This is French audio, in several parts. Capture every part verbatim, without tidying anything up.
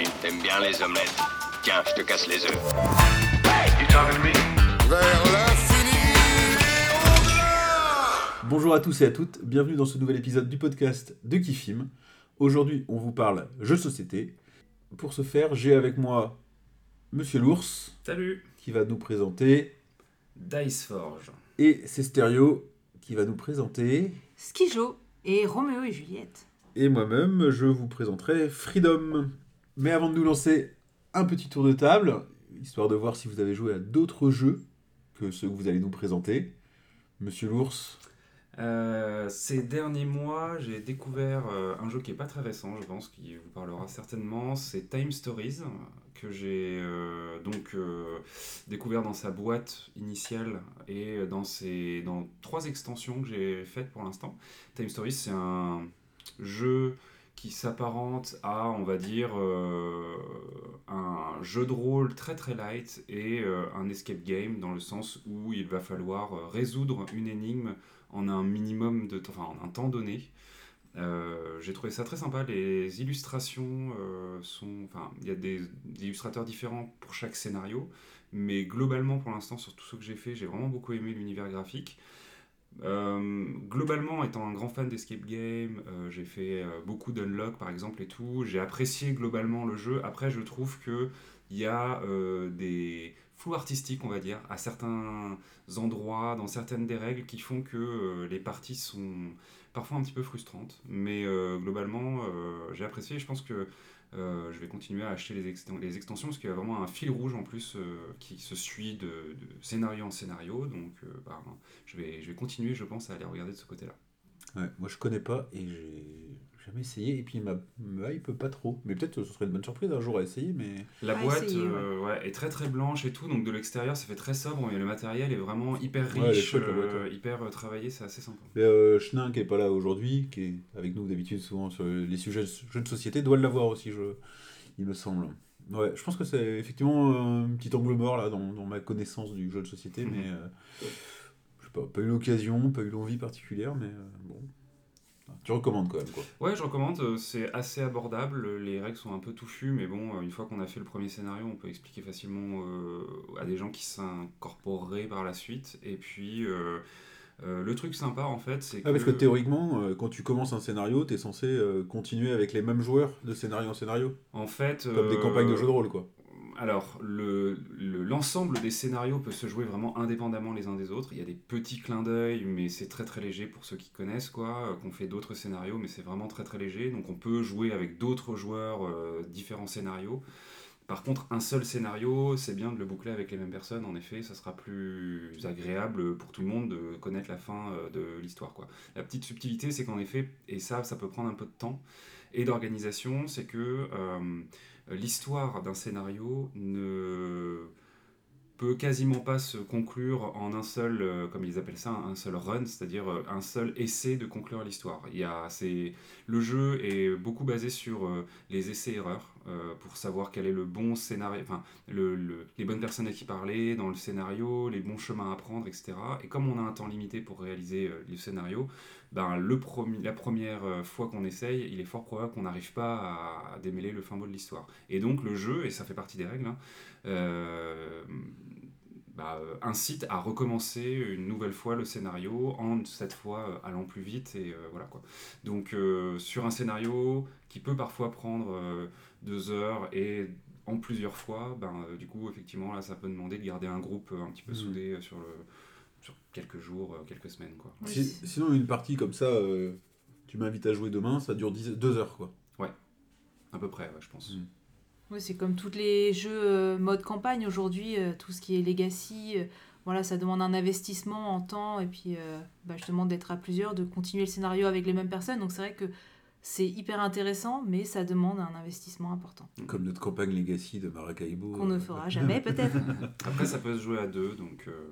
j'imagine. T'aimes bien les omelettes. Tiens, je te casse les œufs. You talking to me? Vers l'infini et au-delà. Bonjour à tous et à toutes, bienvenue dans ce nouvel épisode du podcast de Kifim. Aujourd'hui, on vous parle jeux de société. Pour ce faire, j'ai avec moi Monsieur l'Ours, Salut. qui va nous présenter, Diceforge. et c'est Stéréo, qui va nous présenter, Skijo et Roméo et Juliette. et moi-même, je vous présenterai Freedom. Mais avant de nous lancer, un petit tour de table, histoire de voir si vous avez joué à d'autres jeux que ceux que vous allez nous présenter. Monsieur l'Ours. Euh, ces derniers mois, j'ai découvert euh, un jeu qui est pas très récent, je pense, qui vous parlera certainement. C'est Time Stories, que j'ai euh, donc euh, découvert dans sa boîte initiale et dans, ses, dans trois extensions que j'ai faites pour l'instant. Time Stories, c'est un jeu qui s'apparente à, on va dire, euh, un jeu de rôle très très light et euh, un escape game, dans le sens où il va falloir euh, résoudre une énigme en un minimum de temps, enfin en un temps donné. Euh, j'ai trouvé ça très sympa. Les illustrations euh, sont, enfin, il y a des, des illustrateurs différents pour chaque scénario, mais globalement, pour l'instant, sur tout ce que j'ai fait, j'ai vraiment beaucoup aimé l'univers graphique. Euh, globalement, étant un grand fan d'escape game, euh, j'ai fait euh, beaucoup d'unlock par exemple et tout. J'ai apprécié globalement le jeu. Après, je trouve que il y a euh, des flous artistiques, on va dire, à certains endroits, dans certaines des règles, qui font que euh, les parties sont parfois un petit peu frustrantes. Mais euh, globalement, euh, j'ai apprécié. Je pense que euh, je vais continuer à acheter les, exten- les extensions parce qu'il y a vraiment un fil rouge en plus euh, qui se suit de, de scénario en scénario. Donc, euh, bah, je vais, je vais continuer, je pense, à aller regarder de ce côté-là. Ouais, moi je connais pas et j'ai jamais essayé, et puis ma me hype pas trop. Mais peut-être que ce serait une bonne surprise un jour à essayer, mais... La À boîte essayer, euh, ouais, est très très blanche et tout, donc de l'extérieur ça fait très sobre, mais le matériel est vraiment hyper Ouais, elle est riche, chouette, la boîte, euh, ouais. hyper euh, travaillé, c'est assez sympa. Mais euh, Chenin, qui est pas là aujourd'hui, qui est avec nous d'habitude souvent sur les sujets de jeux de société, doit l'avoir aussi, je... il me semble. Ouais, je pense que c'est effectivement euh, un petit angle mort là dans, dans ma connaissance du jeu de société, Mhm. mais euh, je sais pas, pas eu l'occasion, pas eu l'envie particulière, mais euh, bon. Tu recommandes quand même, quoi. Ouais, je recommande, euh, c'est assez abordable, les règles sont un peu touffues, mais bon, euh, une fois qu'on a fait le premier scénario, on peut expliquer facilement euh, à des gens qui s'incorporeraient par la suite. Et puis, euh, euh, le truc sympa en fait, c'est que... Ah, parce que théoriquement, euh, quand tu commences un scénario, t'es censé euh, continuer avec les mêmes joueurs de scénario en scénario. En fait... Comme des euh, campagnes de jeux de rôle, quoi. Alors, le, le- l'ensemble des scénarios peut se jouer vraiment indépendamment les uns des autres. Il y a des petits clins d'œil, mais c'est très très léger pour ceux qui connaissent, quoi, euh, qu'on fait d'autres scénarios, mais c'est vraiment très très léger. Donc on peut jouer avec d'autres joueurs, euh, différents scénarios. Par contre, un seul scénario, c'est bien de le boucler avec les mêmes personnes. En effet, ça sera plus agréable pour tout le monde de connaître la fin euh, de l'histoire, quoi. La petite subtilité, c'est qu'en effet, et ça, ça peut prendre un peu de temps, et d'organisation, c'est que euh, l'histoire d'un scénario ne peut quasiment pas se conclure en un seul, euh, comme ils appellent ça, un seul run, c'est-à-dire euh, un seul essai de conclure l'histoire. Il y a, c'est, le jeu est beaucoup basé sur euh, les essais-erreurs, euh, pour savoir quel est le bon scénario, enfin, le, le- les bonnes personnes à qui parler dans le scénario, les bons chemins à prendre, et cetera. Et comme on a un temps limité pour réaliser euh, le scénario, ben, le promi- la première euh, fois qu'on essaye, il est fort probable qu'on n'arrive pas à, à démêler le fin mot de l'histoire. Et donc le jeu, et ça fait partie des règles, hein, euh, bah, euh, incite à recommencer une nouvelle fois le scénario, en cette fois euh, allant plus vite, et euh, voilà, quoi. Donc euh, sur un scénario qui peut parfois prendre euh, deux heures et en plusieurs fois, ben, euh, du coup effectivement là ça peut demander de garder un groupe euh, un petit peu Mhm. soudé euh, sur, le, sur quelques jours, euh, quelques semaines, quoi. Oui, Si- c'est- sinon, une partie comme ça, euh, tu m'invites à jouer demain, ça dure deux heures, quoi. À peu près, ouais, je pense. Mhm. Oui, c'est comme tous les jeux euh, mode campagne aujourd'hui, euh, tout ce qui est legacy, euh, voilà, ça demande un investissement en temps et puis euh, bah, justement d'être à plusieurs, de continuer le scénario avec les mêmes personnes. Donc c'est vrai que c'est hyper intéressant, mais ça demande un investissement important Comme notre campagne Legacy de Maracaibo. qu'on ne euh, fera jamais peut-être. Après ça peut se jouer à deux, donc... euh,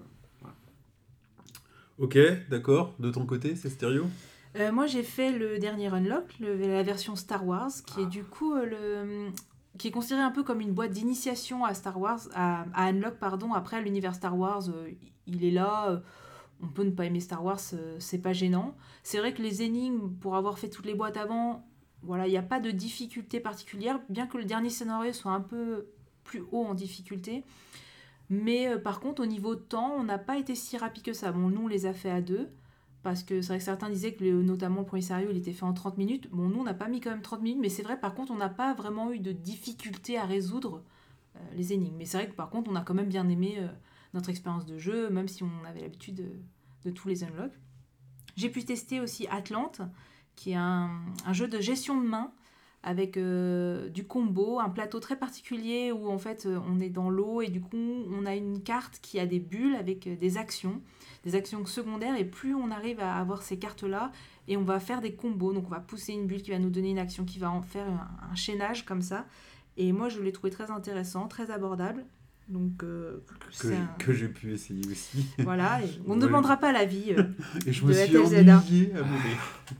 Ok, d'accord. De ton côté, c'est stéréo. Euh, moi, j'ai fait le dernier Unlock, le- la version Star Wars, qui Ah. est du coup euh, le, qui est considéré un peu comme une boîte d'initiation à Star Wars, à, à Unlock, pardon. Après, l'univers Star Wars, euh, il est là. euh, on peut ne pas aimer Star Wars, euh, c'est pas gênant. C'est vrai que les énigmes, pour avoir fait toutes les boîtes avant, voilà, il n'y a pas de difficulté particulière, bien que le dernier scénario soit un peu plus haut en difficulté. Mais euh, par contre, au niveau de temps, on n'a pas été si rapide que ça. Bon, nous, on les a fait à deux, parce que c'est vrai que certains disaient que le- notamment le premier scénario, il était fait en trente minutes. Bon, nous, on n'a pas mis quand même trente minutes, mais c'est vrai, par contre, on n'a pas vraiment eu de difficulté à résoudre euh, les énigmes. Mais c'est vrai que par contre, on a quand même bien aimé euh, notre expérience de jeu, même si on avait l'habitude de, de tous les unlocks. J'ai pu tester aussi Atlante, qui est un, un jeu de gestion de main avec euh, du combo, un plateau très particulier où en fait euh, on est dans l'eau et du coup on a une carte qui a des bulles avec euh, des actions, des actions secondaires, et plus on arrive à avoir ces cartes-là, et on va faire des combos, donc on va pousser une bulle qui va nous donner une action qui va en faire un, un chaînage comme ça. Et moi je l'ai trouvé très intéressant, très abordable. Donc, euh, Que, c'est j'ai- un- que j'ai pu essayer aussi. voilà, et on ne Ouais. demandera pas l'avis. euh, Et je de me suis F F Z A. ennuyé à mourir.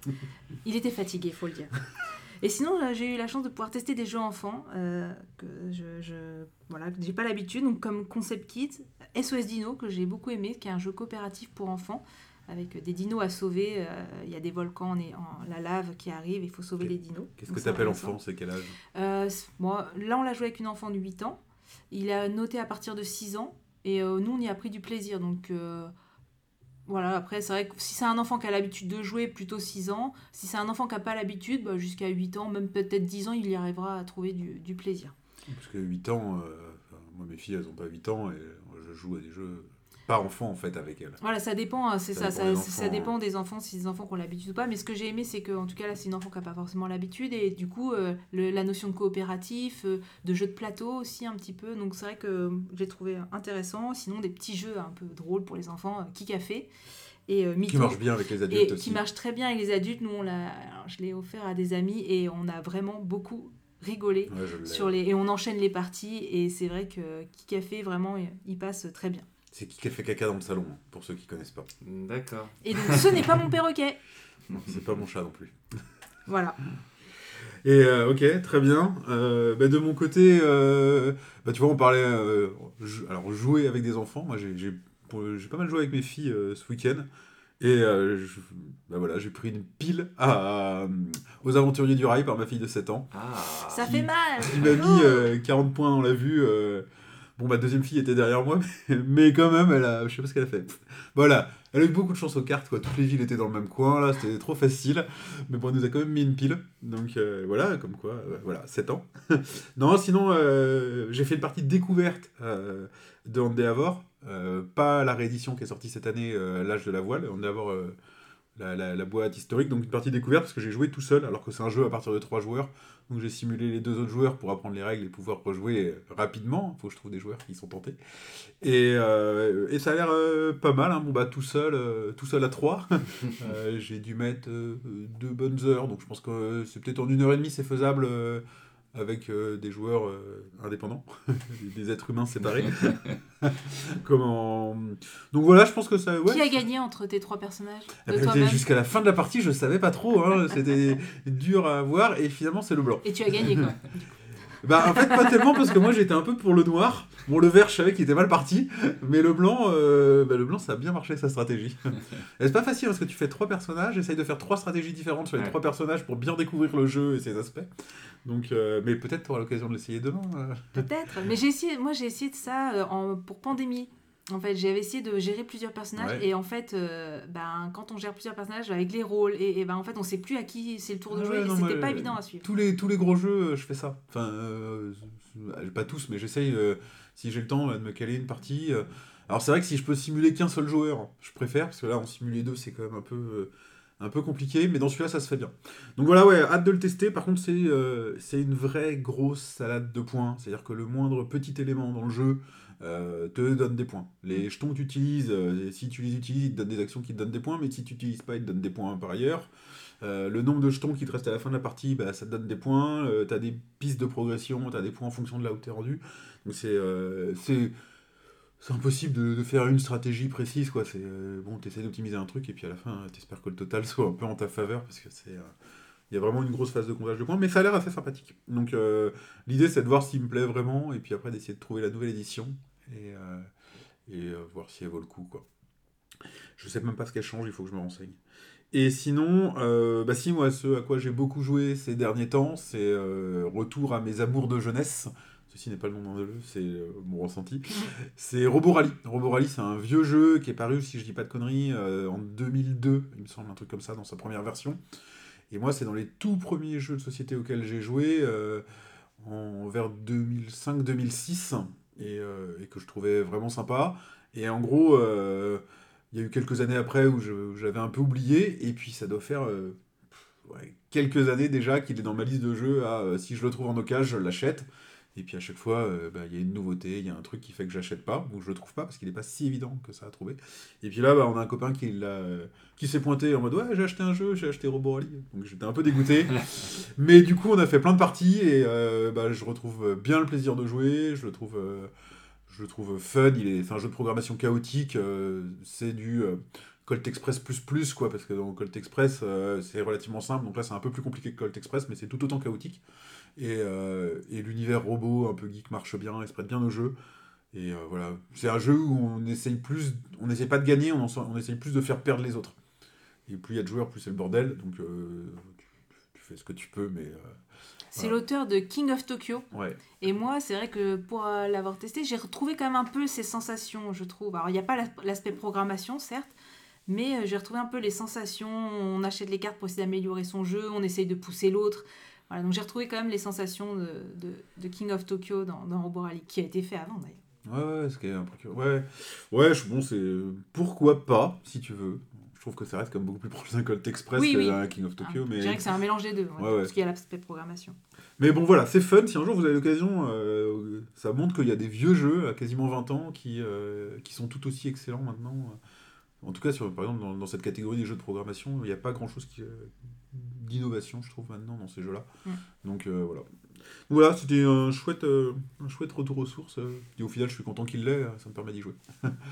Il était fatigué, il faut le dire. Et sinon, là, j'ai eu la chance de pouvoir tester des jeux enfants euh, que je, je voilà, que j'ai pas l'habitude, donc comme Concept Kit, S O S Dino que j'ai beaucoup aimé, qui est un jeu coopératif pour enfants avec des dinos à sauver. euh, Il y a des volcans, et en, la lave qui arrive, il faut sauver Ok. les dinos. Qu'est-ce Donc, que c'est t'appelles intéressant. enfant, c'est quel âge? Euh, c- moi, là, on l'a joué avec une enfant de huit ans. Il a noté à partir de six ans. Et euh, nous, on y a pris du plaisir. Donc, euh, voilà. Après, c'est vrai que si c'est un enfant qui a l'habitude de jouer, plutôt six ans. Si c'est un enfant qui n'a pas l'habitude, bah, jusqu'à huit ans, même peut-être dix ans, il y arrivera à trouver du, du plaisir. Parce que huit ans, euh, enfin, moi mes filles elles ont pas huit ans et je joue à des jeux pas enfants en fait avec elles. Voilà, ça dépend, hein, c'est Ça ça, dépend ça, des ça enfants, dépend des enfants, si les enfants qui ont l'habitude ou pas. Mais ce que j'ai aimé, c'est qu'en tout cas, là, c'est une enfant qui n'a pas forcément l'habitude. Et du coup, euh, le- la notion de coopératif, euh, de jeu de plateau aussi un petit peu. Donc c'est vrai que euh, j'ai trouvé intéressant. Sinon, des petits jeux un peu drôles pour les enfants, euh, Kikafé et euh, Mytho. Qui marche bien avec les adultes Et aussi. qui marche très bien avec les adultes. Nous, on l'a, alors, je l'ai offert à des amis et on a vraiment beaucoup rigolé. Ouais, je l'ai. Sur les, et on enchaîne les parties. Et c'est vrai que Kikafé, vraiment, il passe très bien. C'est qui qui a fait caca dans le salon, hein, pour ceux qui connaissent pas. D'accord. Et donc, ce n'est pas mon perroquet. Non, c'est pas mon chat non plus. Voilà. Et euh, ok, très bien. Euh, bah, de mon côté, euh, bah, tu vois, on parlait. euh, jou- alors, jouer avec des enfants. Moi, j'ai, j'ai, pour- j'ai pas mal joué avec mes filles euh, ce week-end. Et euh, je- bah, voilà, j'ai pris une pile à, aux Aventuriers du Rail par ma fille de sept ans. Ah. Ça Qui- fait mal. qui m'a mis euh, quarante points dans la vue. euh. Bon, ma deuxième fille était derrière moi, mais, mais quand même, elle a, je sais pas ce qu'elle a fait. Voilà, elle a eu beaucoup de chance aux cartes, quoi. Toutes les villes étaient dans le même coin, là, c'était trop facile. Mais bon, elle nous a quand même mis une pile. Donc euh, voilà, comme quoi, euh, voilà, sept ans. Non, sinon, euh, j'ai fait une partie de découverte euh, de Endeavor. Euh, pas la réédition qui est sortie cette année, euh, L'âge de la voile. Endeavor, euh, la, la, la boîte historique. Donc une partie découverte parce que j'ai joué tout seul, alors que c'est un jeu à partir de trois joueurs. Donc j'ai simulé les deux autres joueurs pour apprendre les règles et pouvoir rejouer rapidement. Il faut que je trouve des joueurs qui sont tentés. Et, euh, et ça a l'air euh, pas mal. Hein. Bon bah tout seul, euh, tout seul à trois. Euh, j'ai dû mettre euh, deux bonnes heures. Donc je pense que euh, c'est peut-être en une heure et demie c'est faisable euh, avec euh, des joueurs euh, indépendants, des êtres humains séparés. Comment... Donc voilà, je pense que ça... Ouais, Qui a gagné entre tes trois personnages eh de ben, toi-même? jusqu'à la fin de la partie, je savais pas trop. Hein. C'était dur à voir. Et finalement, c'est le blanc. Et tu as gagné quoi? Bah en fait pas tellement parce que moi j'étais un peu pour le noir. Bon le vert je savais qu'il était mal parti, mais le blanc, euh, bah, le blanc ça a bien marché sa stratégie. Et c'est pas facile parce que tu fais trois personnages, essaye de faire trois stratégies différentes sur les Ouais. trois personnages pour bien découvrir le jeu et ses aspects. Donc euh, mais peut-être tu auras l'occasion de l'essayer demain. euh. Peut-être. Mais j'ai essayé, moi j'ai essayé de ça euh, en, pour Pandémie. En fait, j'avais essayé de gérer plusieurs personnages Ouais. et en fait, euh, ben, quand on gère plusieurs personnages avec les rôles et, et ben, en fait, on sait plus à qui c'est le tour de Ouais, jouer. et non, C'était mais, pas euh, évident à suivre. Tous les, tous les gros jeux, euh, je fais ça. Enfin, euh, euh, pas tous, mais j'essaye, euh, si j'ai le temps, euh, de me caler une partie. euh. Alors c'est vrai que si je peux simuler qu'un seul joueur, je préfère, parce que là, en simuler deux, c'est quand même un peu, euh, un peu compliqué, mais dans celui-là, ça se fait bien. Donc voilà, ouais, hâte de le tester. Par contre, c'est euh, c'est une vraie grosse salade de points. C'est-à-dire que le moindre petit élément dans le jeu euh, te donne des points. Les jetons que tu utilises, euh, si tu les utilises, ils te donnent des actions qui te donnent des points, mais si tu n'utilises pas, ils te donnent des points par ailleurs. Euh, le nombre de jetons qui te reste à la fin de la partie, bah, ça te donne des points. Euh, tu as des pistes de progression, tu as des points en fonction de là où tu es rendu. Donc c'est euh, c'est c'est impossible de, de faire une stratégie précise. Quoi. C'est, euh, bon, tu essaies d'optimiser un truc et puis à la fin, tu espères que le total soit un peu en ta faveur parce que c'est... Euh, il y a vraiment une grosse phase de comptage de points, mais ça a l'air assez sympathique. Donc euh, l'idée, c'est de voir s'il me plaît vraiment, et puis après d'essayer de trouver la nouvelle édition, et, euh, et euh, voir si elle vaut le coup. Quoi. Je sais même pas ce qu'elle change, il faut que je me renseigne. Et sinon, euh, bah si, moi, ce à quoi j'ai beaucoup joué ces derniers temps, c'est euh, retour à mes amours de jeunesse. Ceci n'est pas le nom d'un jeu, c'est euh, mon ressenti. C'est Robo Rally. Robo Rally, c'est un vieux jeu qui est paru, si je dis pas de conneries, euh, en deux mille deux, il me semble, un truc comme ça, dans sa première version. Et moi, c'est dans les tout premiers jeux de société auxquels j'ai joué, euh, en, vers deux mille cinq deux mille six, et, euh, et que je trouvais vraiment sympa. Et en gros, euh, il y a eu quelques années après où je, où j'avais un peu oublié, et puis ça doit faire euh, ouais, quelques années déjà qu'il est dans ma liste de jeux. À, euh, si je le trouve en occasion, je l'achète. Et puis à chaque fois, euh, bah, il y a une nouveauté, il y a un truc qui fait que j'achète pas, ou je le trouve pas, parce qu'il n'est pas si évident que ça à trouver. Et puis là, bah, on a un copain qui, l'a, euh, qui s'est pointé en mode « Ouais, j'ai acheté un jeu, j'ai acheté Robo Rally ». Donc j'étais un peu dégoûté. Mais du coup, on a fait plein de parties, et euh, bah, je retrouve bien le plaisir de jouer, je le trouve, euh, je le trouve fun, il est, c'est un jeu de programmation chaotique, euh, c'est du euh, Colt Express plus plus, quoi, parce que dans Colt Express, euh, c'est relativement simple, donc là c'est un peu plus compliqué que Colt Express, mais c'est tout autant chaotique. Et, euh, et l'univers robot un peu geek marche bien, il se prête bien au jeu. Et euh, voilà, c'est un jeu où on essaye plus, on essaye pas de gagner, on, en, on essaye plus de faire perdre les autres. Et plus il y a de joueurs, plus c'est le bordel. Donc euh, tu, tu fais ce que tu peux, mais. Euh, C'est voilà. l'auteur de King of Tokyo. Ouais. Et moi, c'est vrai que pour euh, l'avoir testé, j'ai retrouvé quand même un peu ces sensations, je trouve. Alors, il n'y a pas l'as- l'aspect programmation, certes, mais euh, j'ai retrouvé un peu les sensations. On achète les cartes pour essayer d'améliorer son jeu, on essaye de pousser l'autre. Voilà, donc j'ai retrouvé quand même les sensations de, de, de King of Tokyo dans, dans Robo Rally, qui a été fait avant d'ailleurs. Ouais, ouais, ce qui est un peu. Ouais, ouais, je, bon, c'est. Pourquoi pas, si tu veux. Je trouve que ça reste comme beaucoup plus proche d'un Colt Express Oui, que oui. d'un King of Tokyo. Ah, mais... Je dirais que c'est un mélange des deux, ouais, Ouais, ouais. parce qu'il y a l'aspect programmation. Mais bon, voilà, c'est fun. Si un jour vous avez l'occasion, euh, ça montre qu'il y a des vieux jeux à quasiment vingt ans qui, euh, qui sont tout aussi excellents maintenant. En tout cas, sur, par exemple, dans, dans cette catégorie des jeux de programmation, il n'y a pas grand-chose qui, euh, d'innovation, je trouve, maintenant, dans ces jeux-là. Mm. Donc, euh, voilà. Donc, voilà, c'était un chouette, euh, un chouette retour aux sources. euh, Et au final, je suis content qu'il l'ait, ça me permet d'y jouer.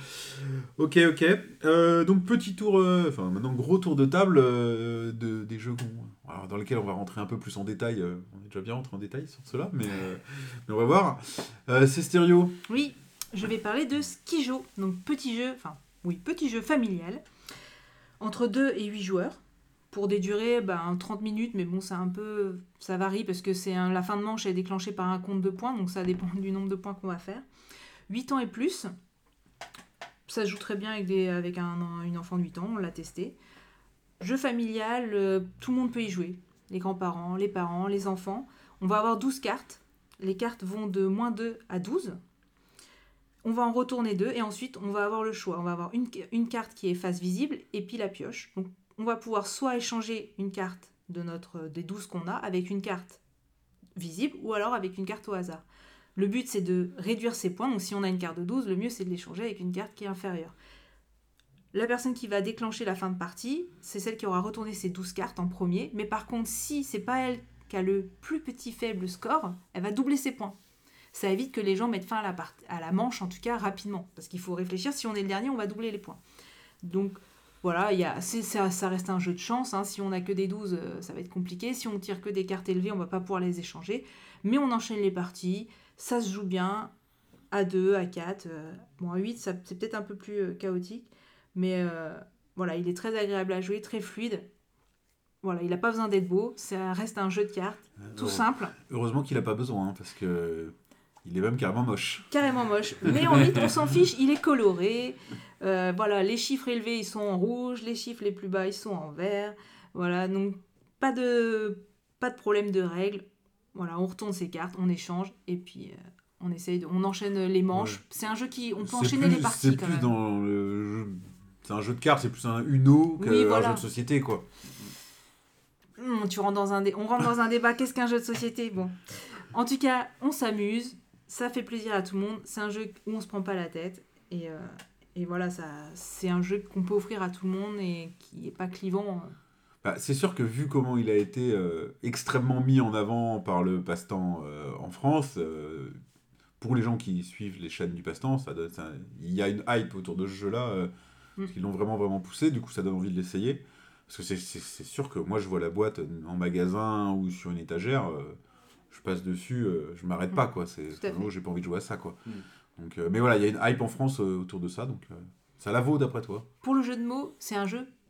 Ok, ok. Euh, donc, petit tour, euh, enfin, maintenant, gros tour de table euh, de, des jeux qu'on- alors, dans lesquels on va rentrer un peu plus en détail. euh, on est déjà bien rentré en détail sur cela, mais, euh, mais on va voir. Euh, c'est stéréo. Oui, je vais parler de Skijo, donc petit jeu, enfin, oui, petit jeu familial, entre deux et huit joueurs, pour des durées, ben, trente minutes, mais bon, c'est un peu, ça varie, parce que c'est un- la fin de manche est déclenchée par un compte de points, donc ça dépend du nombre de points qu'on va faire. huit ans et plus, ça se joue très bien avec, des, avec un, une enfant de huit ans, on l'a testé. Jeu familial, euh, tout le monde peut y jouer, les grands-parents, les parents, les enfants. On va avoir douze cartes, les cartes vont de moins deux à douze. On va en retourner deux et ensuite on va avoir le choix. On va avoir une, une carte qui est face visible et puis la pioche. Donc on va pouvoir soit échanger une carte de notre, des douze qu'on a avec une carte visible ou alors avec une carte au hasard. Le but c'est de réduire ses points. Donc si on a une carte de douze, le mieux c'est de l'échanger avec une carte qui est inférieure. La personne qui va déclencher la fin de partie, c'est celle qui aura retourné ses douze cartes en premier. Mais par contre, si c'est pas elle qui a le plus petit faible score, elle va doubler ses points. Ça évite que les gens mettent fin à la, part- à la manche, en tout cas rapidement. Parce qu'il faut réfléchir, si on est le dernier, on va doubler les points. Donc voilà, il y a, c'est, ça, ça reste un jeu de chance. Hein. Si on n'a que des douze, euh, ça va être compliqué. Si on tire que des cartes élevées, on ne va pas pouvoir les échanger. Mais on enchaîne les parties, ça se joue bien, à deux, à quatre. Euh, bon, à huit, ça, c'est peut-être un peu plus euh, chaotique. Mais euh, voilà, il est très agréable à jouer, très fluide. Voilà, il n'a pas besoin d'être beau, ça reste un jeu de cartes, tout Heure- simple. Heureusement qu'il n'a pas besoin, hein, parce que il est même carrément moche. Carrément moche. Mais en huit, on s'en fiche, il est coloré. Euh, voilà, les chiffres élevés, ils sont en rouge. Les chiffres les plus bas, ils sont en vert. Voilà, donc pas de, pas de problème de règles. Voilà, on retourne ses cartes, on échange, et puis euh, on essaye de, on enchaîne les manches. Ouais. C'est un jeu qui, on peut C'est enchaîner plus- les parties C'est quand plus même. dans le jeu. C'est un jeu de cartes, c'est plus un Uno qu'un Oui, voilà. jeu de société, quoi. Hum, tu rentres dans un dé- on rentre dans un débat, qu'est-ce qu'un jeu de société? Bon. En tout cas, on s'amuse, ça fait plaisir à tout le monde, c'est un jeu où on se prend pas la tête, et, euh, et voilà, ça, c'est un jeu qu'on peut offrir à tout le monde et qui est pas clivant. Bah, c'est sûr que vu comment il a été euh, extrêmement mis en avant par le passe-temps euh, en France, euh, pour les gens qui suivent les chaînes du passe-temps, ça donne, ça- il y a une hype autour de ce jeu-là, euh, Mm. parce qu'ils l'ont vraiment vraiment poussé, du coup ça donne envie de l'essayer. Parce que c'est, c'est, c'est sûr que moi je vois la boîte en magasin ou sur une étagère, euh, je passe dessus, euh, je m'arrête Mm. pas, quoi. C'est, Tout à enfin, moi, fait. j'ai pas envie de jouer à ça, quoi. Mm. Donc, euh, mais voilà, il y a une hype en France euh, autour de ça, donc euh, ça la vaut d'après toi. Pour le jeu de mots, c'est un jeu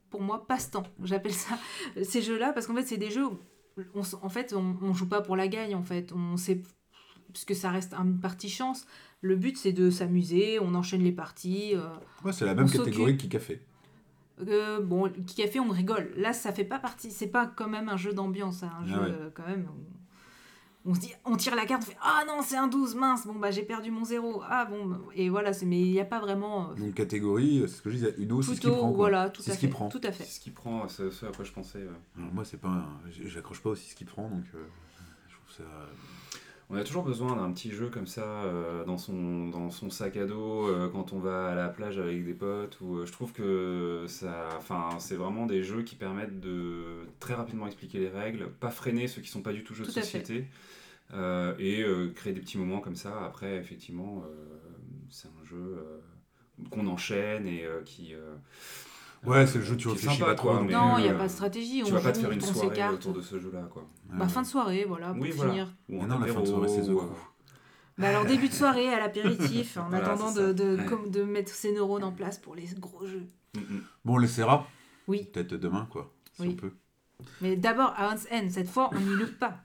pour moi, passe-temps. J'appelle ça ces jeux-là, parce qu'en fait, c'est des jeux où, on, s- en fait, on, on joue pas pour la gagne, en fait. On sait, puisque ça reste une partie chance. Le but, c'est de s'amuser, on enchaîne les parties. euh, Ouais, c'est la On même s'occupe. catégorie que Café. euh, bon, le café, on rigole. Là, ça fait pas partie. C'est pas quand même un jeu d'ambiance, hein, un Ah jeu ouais. euh, quand même. On, on se dit, on tire la carte, on fait ah non, c'est un douze, mince. Bon bah j'ai perdu mon zéro. Ah bon, bah, et voilà. C'est mais il y a pas vraiment. euh, Donc catégorie, c'est ce que je disais, Uno, c'est ce qui Plutôt, prend. Quoi. voilà, tout C'est à ce qui fait. prend. Tout à fait. C'est ce qui prend, c'est ce à quoi je pensais. ouais. Alors moi, c'est pas un... j'accroche pas aussi ce qui prend, donc euh, je trouve ça... On a toujours besoin d'un petit jeu comme ça euh, dans, son, dans son sac à dos euh, quand on va à la plage avec des potes. Ou, euh, je trouve que ça, enfin, c'est vraiment des jeux qui permettent de très rapidement expliquer les règles, pas freiner ceux qui sont pas du tout jeux de Tout à fait. société, euh, et euh, créer des petits moments comme ça. Après, effectivement, euh, c'est un jeu euh, qu'on enchaîne et euh, qui... euh, Ouais, c'est le jeu, tu qui est réfléchis sympa, pas trop quoi, non mais, plus. Non, il n'y a euh, pas de stratégie. Tu on vas pas te joue, faire une on soirée s'écarte. autour de ce jeu-là, quoi. Bah, fin de soirée, voilà, pour Oui, finir. voilà. Ou Ah un non, la fin de soirée, c'est The apéro, Crew. euh, Bah, alors début de soirée à l'apéritif, en Voilà, attendant c'est ça. de, de, Ouais. comme de mettre ses neurones en place pour les gros jeux. mm, mm. Bon, on l'essaiera. Oui, Peut-être demain, quoi, si Oui. on peut. mais d'abord à Hans N, cette fois on n'y loupe pas.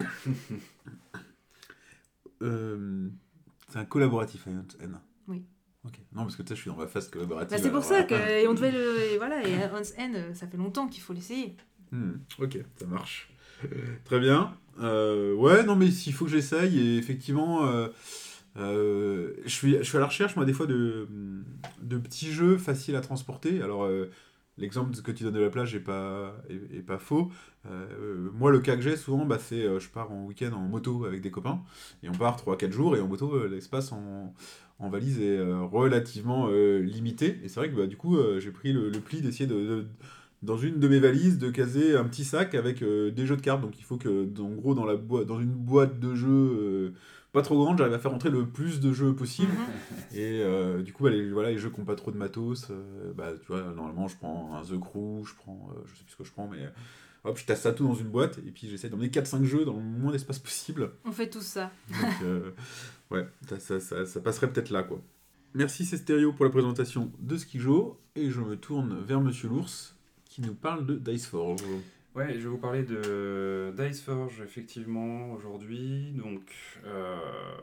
Euh, c'est un collaboratif, Ion N. Oui. Ok. Non, parce que tu sais, je suis dans ma phase collaborative. Bah, c'est pour alors, ça euh, que et on devait le et voilà et Hans N, euh, ça fait longtemps qu'il faut l'essayer. Hmm, ok, ça marche. Très bien. Euh, ouais, non, mais s'il faut que j'essaye, et effectivement, euh, euh, je, suis, je suis à la recherche, moi, des fois, de, de petits jeux faciles à transporter. Alors, euh, l'exemple que tu donnes de la plage n'est pas, est, est pas faux. Euh, moi, le cas que j'ai souvent, bah, c'est euh, je pars en week-end en moto avec des copains, et on part trois quatre jours, et en moto, euh, l'espace en, en valise est euh, relativement euh, limité. Et c'est vrai que bah, du coup, euh, j'ai pris le, le pli d'essayer de, de dans une de mes valises, de caser un petit sac avec euh, des jeux de cartes. Donc il faut que, en gros, dans, la boi- dans une boîte de jeux euh, pas trop grande, j'arrive à faire entrer le plus de jeux possible. Mhm. Et euh, du coup, bah, les, voilà, les jeux qui n'ont pas trop de matos, euh, bah, tu vois, normalement, je prends un The Crew, je prends, euh, je sais plus ce que je prends, mais euh, hop, je tasse ça tout dans une boîte, et puis j'essaie d'emmener quatre cinq jeux dans le moins d'espace possible. On fait tout ça. Donc, euh, ouais, ça, ça, ça, ça passerait peut-être là, quoi. Merci, c'est Stéréo pour la présentation de Skijo, et je me tourne vers Monsieur l'Ours, qui nous parle de Dice Forge. Ouais, je vais vous parler de Dice Forge, effectivement, aujourd'hui. Donc, euh,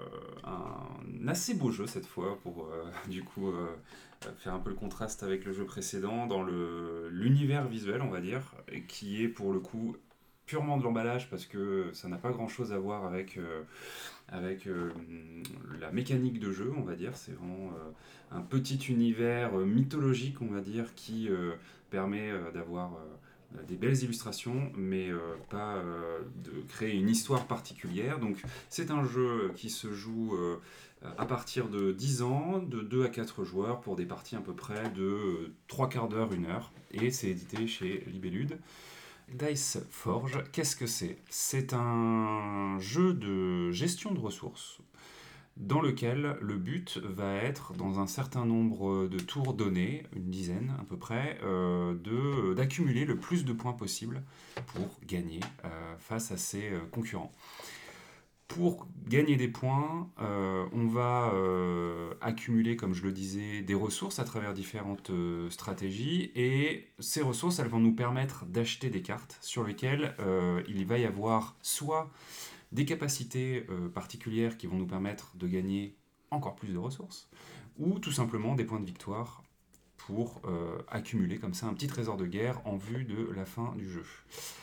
un assez beau jeu cette fois, pour euh, du coup euh, faire un peu le contraste avec le jeu précédent, dans le, l'univers visuel, on va dire, et qui est pour le coup purement de l'emballage, parce que ça n'a pas grand-chose à voir avec, euh, avec euh, la mécanique de jeu, on va dire. C'est vraiment euh, un petit univers euh, mythologique, on va dire, qui euh, permet euh, d'avoir... Euh, des belles illustrations, mais euh, pas euh, de créer une histoire particulière. Donc c'est un jeu qui se joue euh, à partir de dix ans, de deux à quatre joueurs, pour des parties à peu près de euh, trois quarts d'heure, une heure, et c'est édité chez Libellude. Dice Forge, qu'est-ce que c'est ? C'est un jeu de gestion de ressources, dans lequel le but va être, dans un certain nombre de tours donnés, une dizaine à peu près, euh, de, d'accumuler le plus de points possible pour gagner euh, face à ses euh, concurrents. Pour gagner des points, euh, on va euh, accumuler, comme je le disais, des ressources à travers différentes euh, stratégies, et ces ressources, elles vont nous permettre d'acheter des cartes sur lesquelles euh, il va y avoir soit des capacités euh, particulières qui vont nous permettre de gagner encore plus de ressources, ou tout simplement des points de victoire pour euh, accumuler comme ça un petit trésor de guerre en vue de la fin du jeu.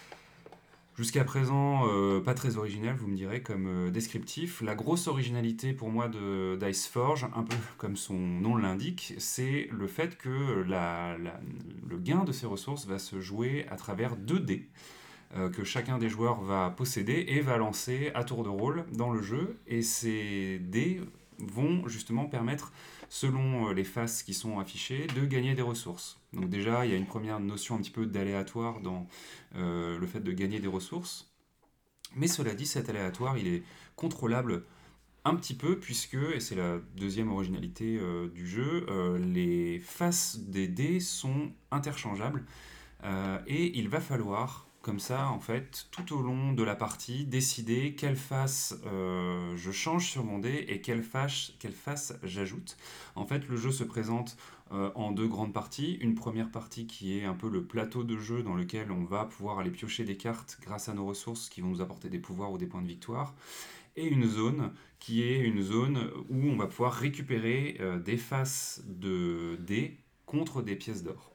Jusqu'à présent, euh, pas très original, vous me direz, comme euh, descriptif. La grosse originalité pour moi de Dice Forge, un peu comme son nom l'indique, c'est le fait que la, la, le gain de ces ressources va se jouer à travers deux dés, Euh, que chacun des joueurs va posséder et va lancer à tour de rôle dans le jeu. Et ces dés vont justement permettre, selon les faces qui sont affichées, de gagner des ressources. Donc déjà, il y a une première notion un petit peu d'aléatoire dans euh, le fait de gagner des ressources. Mais cela dit, cet aléatoire, il est contrôlable un petit peu, puisque, et c'est la deuxième originalité euh, du jeu, euh, les faces des dés sont interchangeables. Euh, et il va falloir, comme ça, en fait, tout au long de la partie, décider quelle face euh, je change sur mon dé et quelle face, quelle face j'ajoute. En fait, le jeu se présente euh, en deux grandes parties. Une première partie qui est un peu le plateau de jeu dans lequel on va pouvoir aller piocher des cartes grâce à nos ressources qui vont nous apporter des pouvoirs ou des points de victoire. Et une zone qui est une zone où on va pouvoir récupérer euh, des faces de dés contre des pièces d'or.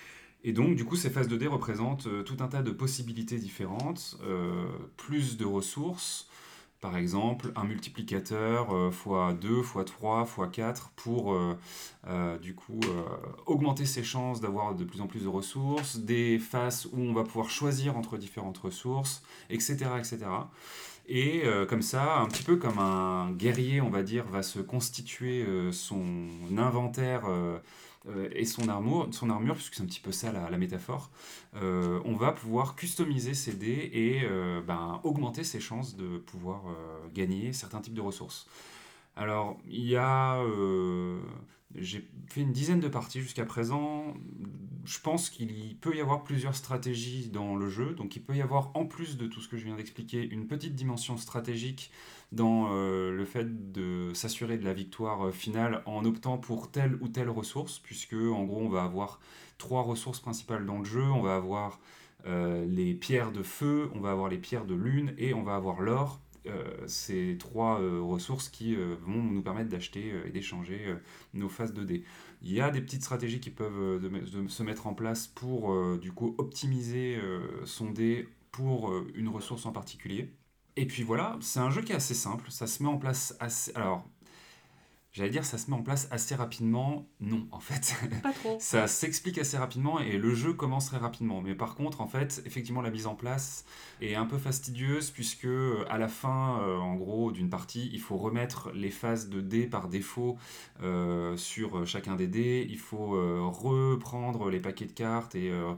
Et donc, du coup, ces phases de dés représentent euh, tout un tas de possibilités différentes, euh, plus de ressources, par exemple, un multiplicateur euh, fois deux, fois trois, fois quatre pour, euh, euh, du coup, euh, augmenter ses chances d'avoir de plus en plus de ressources, des faces où on va pouvoir choisir entre différentes ressources, et cetera, et cetera. Et euh, comme ça, un petit peu comme un guerrier, on va dire, va se constituer euh, son inventaire euh, euh, et son armure, son armure, puisque c'est un petit peu ça la, la métaphore, euh, on va pouvoir customiser ses dés et euh, ben, augmenter ses chances de pouvoir euh, gagner certains types de ressources. Alors, il y a... Euh, j'ai fait une dizaine de parties jusqu'à présent. Je pense qu'il peut y avoir plusieurs stratégies dans le jeu. Donc il peut y avoir, en plus de tout ce que je viens d'expliquer, une petite dimension stratégique dans euh, le fait de s'assurer de la victoire finale en optant pour telle ou telle ressource, puisque en gros on va avoir trois ressources principales dans le jeu. On va avoir euh, les pierres de feu, on va avoir les pierres de lune et on va avoir l'or. Euh, ces trois euh, ressources qui euh, vont nous permettre d'acheter euh, et d'échanger euh, nos phases de dés. Il y a des petites stratégies qui peuvent euh, de, de se mettre en place pour euh, du coup optimiser euh, son dé pour euh, une ressource en particulier. Et puis voilà, c'est un jeu qui est assez simple, ça se met en place assez... Alors, j'allais dire ça se met en place assez rapidement, non en fait. Pas trop. Ça s'explique assez rapidement et le jeu commence très rapidement. Mais par contre, en fait, effectivement, la mise en place est un peu fastidieuse puisque à la fin, euh, en gros, d'une partie, il faut remettre les phases de dés par défaut euh, sur chacun des dés. Il faut euh, reprendre les paquets de cartes et euh,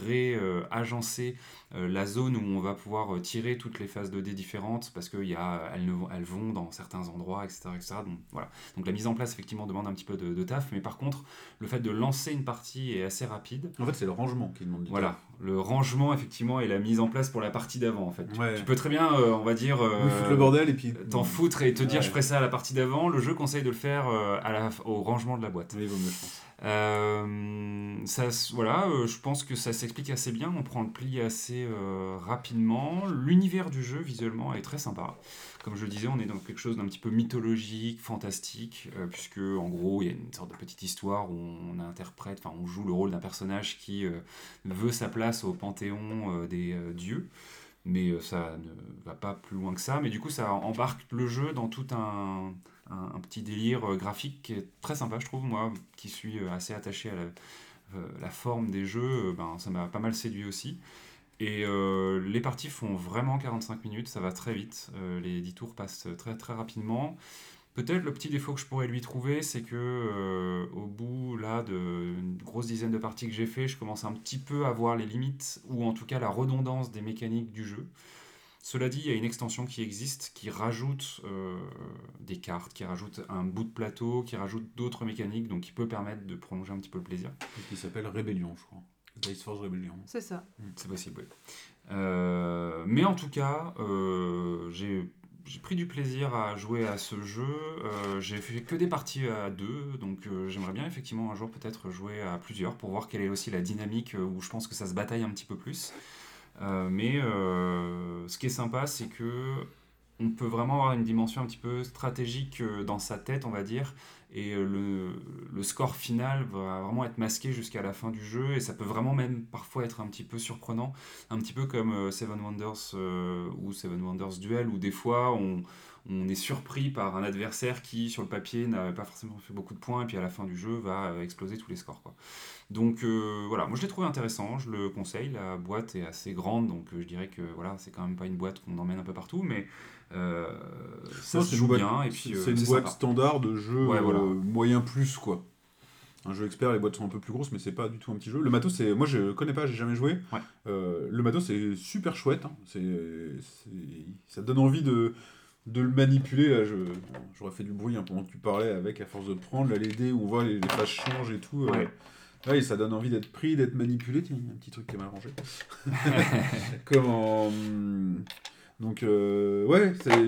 réagencer euh, la zone où on va pouvoir tirer toutes les phases de dés différentes parce qu'elles elles vont dans certains endroits, et cetera, et cetera. Donc voilà. Donc la mise en place effectivement demande un petit peu de, de taf, mais par contre le fait de lancer une partie est assez rapide. En fait c'est le rangement qui demande du voilà, taf. Le rangement effectivement et la mise en place pour la partie d'avant en fait. Ouais. Tu, tu peux très bien, euh, on va dire, euh, oui, foutre le bordel et puis t'en foutre et te dire ouais. je ferai ça à la partie d'avant. Le jeu conseille de le faire euh, à la, au rangement de la boîte. Oui, vaut mieux, je pense. Euh, ça, voilà, euh, je pense que ça s'explique assez bien. On prend le pli assez euh, rapidement. L'univers du jeu visuellement est très sympa. Comme je le disais, on est dans quelque chose d'un petit peu mythologique, fantastique, euh, puisque en gros il y a une sorte de petite histoire où on interprète, enfin on joue le rôle d'un personnage qui euh, veut sa place au panthéon euh, des euh, dieux. Mais euh, ça ne va pas plus loin que ça. Mais du coup, ça embarque le jeu dans tout un, un, un petit délire euh, graphique qui est très sympa, je trouve. Moi, qui suis euh, assez attaché à la, euh, la forme des jeux, euh, ben, ça m'a pas mal séduit aussi. Et euh, les parties font vraiment quarante-cinq minutes, ça va très vite. Euh, les dix tours passent très très rapidement. Peut-être le petit défaut que je pourrais lui trouver, c'est que euh, au bout là d'une grosse dizaine de parties que j'ai fait, je commence un petit peu à voir les limites, ou en tout cas la redondance des mécaniques du jeu. Cela dit, il y a une extension qui existe, qui rajoute euh, des cartes, qui rajoute un bout de plateau, qui rajoute d'autres mécaniques, donc qui peut permettre de prolonger un petit peu le plaisir. Et qui s'appelle Rébellion, je crois. Dice Force Rébellion. C'est ça. C'est possible, oui. Euh, mais en tout cas, euh, j'ai... J'ai pris du plaisir à jouer à ce jeu. Euh, j'ai fait que des parties à deux, donc euh, j'aimerais bien effectivement un jour peut-être jouer à plusieurs pour voir quelle est aussi la dynamique où je pense que ça se bataille un petit peu plus. Euh, mais euh, ce qui est sympa, c'est que on peut vraiment avoir une dimension un petit peu stratégique dans sa tête, on va dire, et le, le score final va vraiment être masqué jusqu'à la fin du jeu, et ça peut vraiment même parfois être un petit peu surprenant, un petit peu comme Seven Wonders euh, ou Seven Wonders Duel, où des fois on, on est surpris par un adversaire qui, sur le papier, n'avait pas forcément fait beaucoup de points, et puis à la fin du jeu va exploser tous les scores, quoi. Donc euh, voilà, moi je l'ai trouvé intéressant, je le conseille. La boîte est assez grande, donc euh, je dirais que voilà, c'est quand même pas une boîte qu'on emmène un peu partout, mais euh, ça non, se joue boîte, bien. Et puis, c'est euh, une c'est boîte sympa. standard de jeu Ouais, voilà. euh, moyen plus, quoi. Un jeu expert, les boîtes sont un peu plus grosses, mais c'est pas du tout un petit jeu. Le matos, c'est... moi je connais pas, j'ai jamais joué. Ouais. Euh, le matos, c'est super chouette. Hein. C'est... C'est... Ça donne envie de... de le manipuler. Là, je... J'aurais fait du bruit hein, pendant que tu parlais avec, à force de prendre là, les dés où on voit les, les pages changent et tout. Euh... Ouais. Ouais, ça donne envie d'être pris, d'être manipulé. Tiens, il y a un petit truc qui est mal rangé. Comment... Donc, euh, ouais, c'est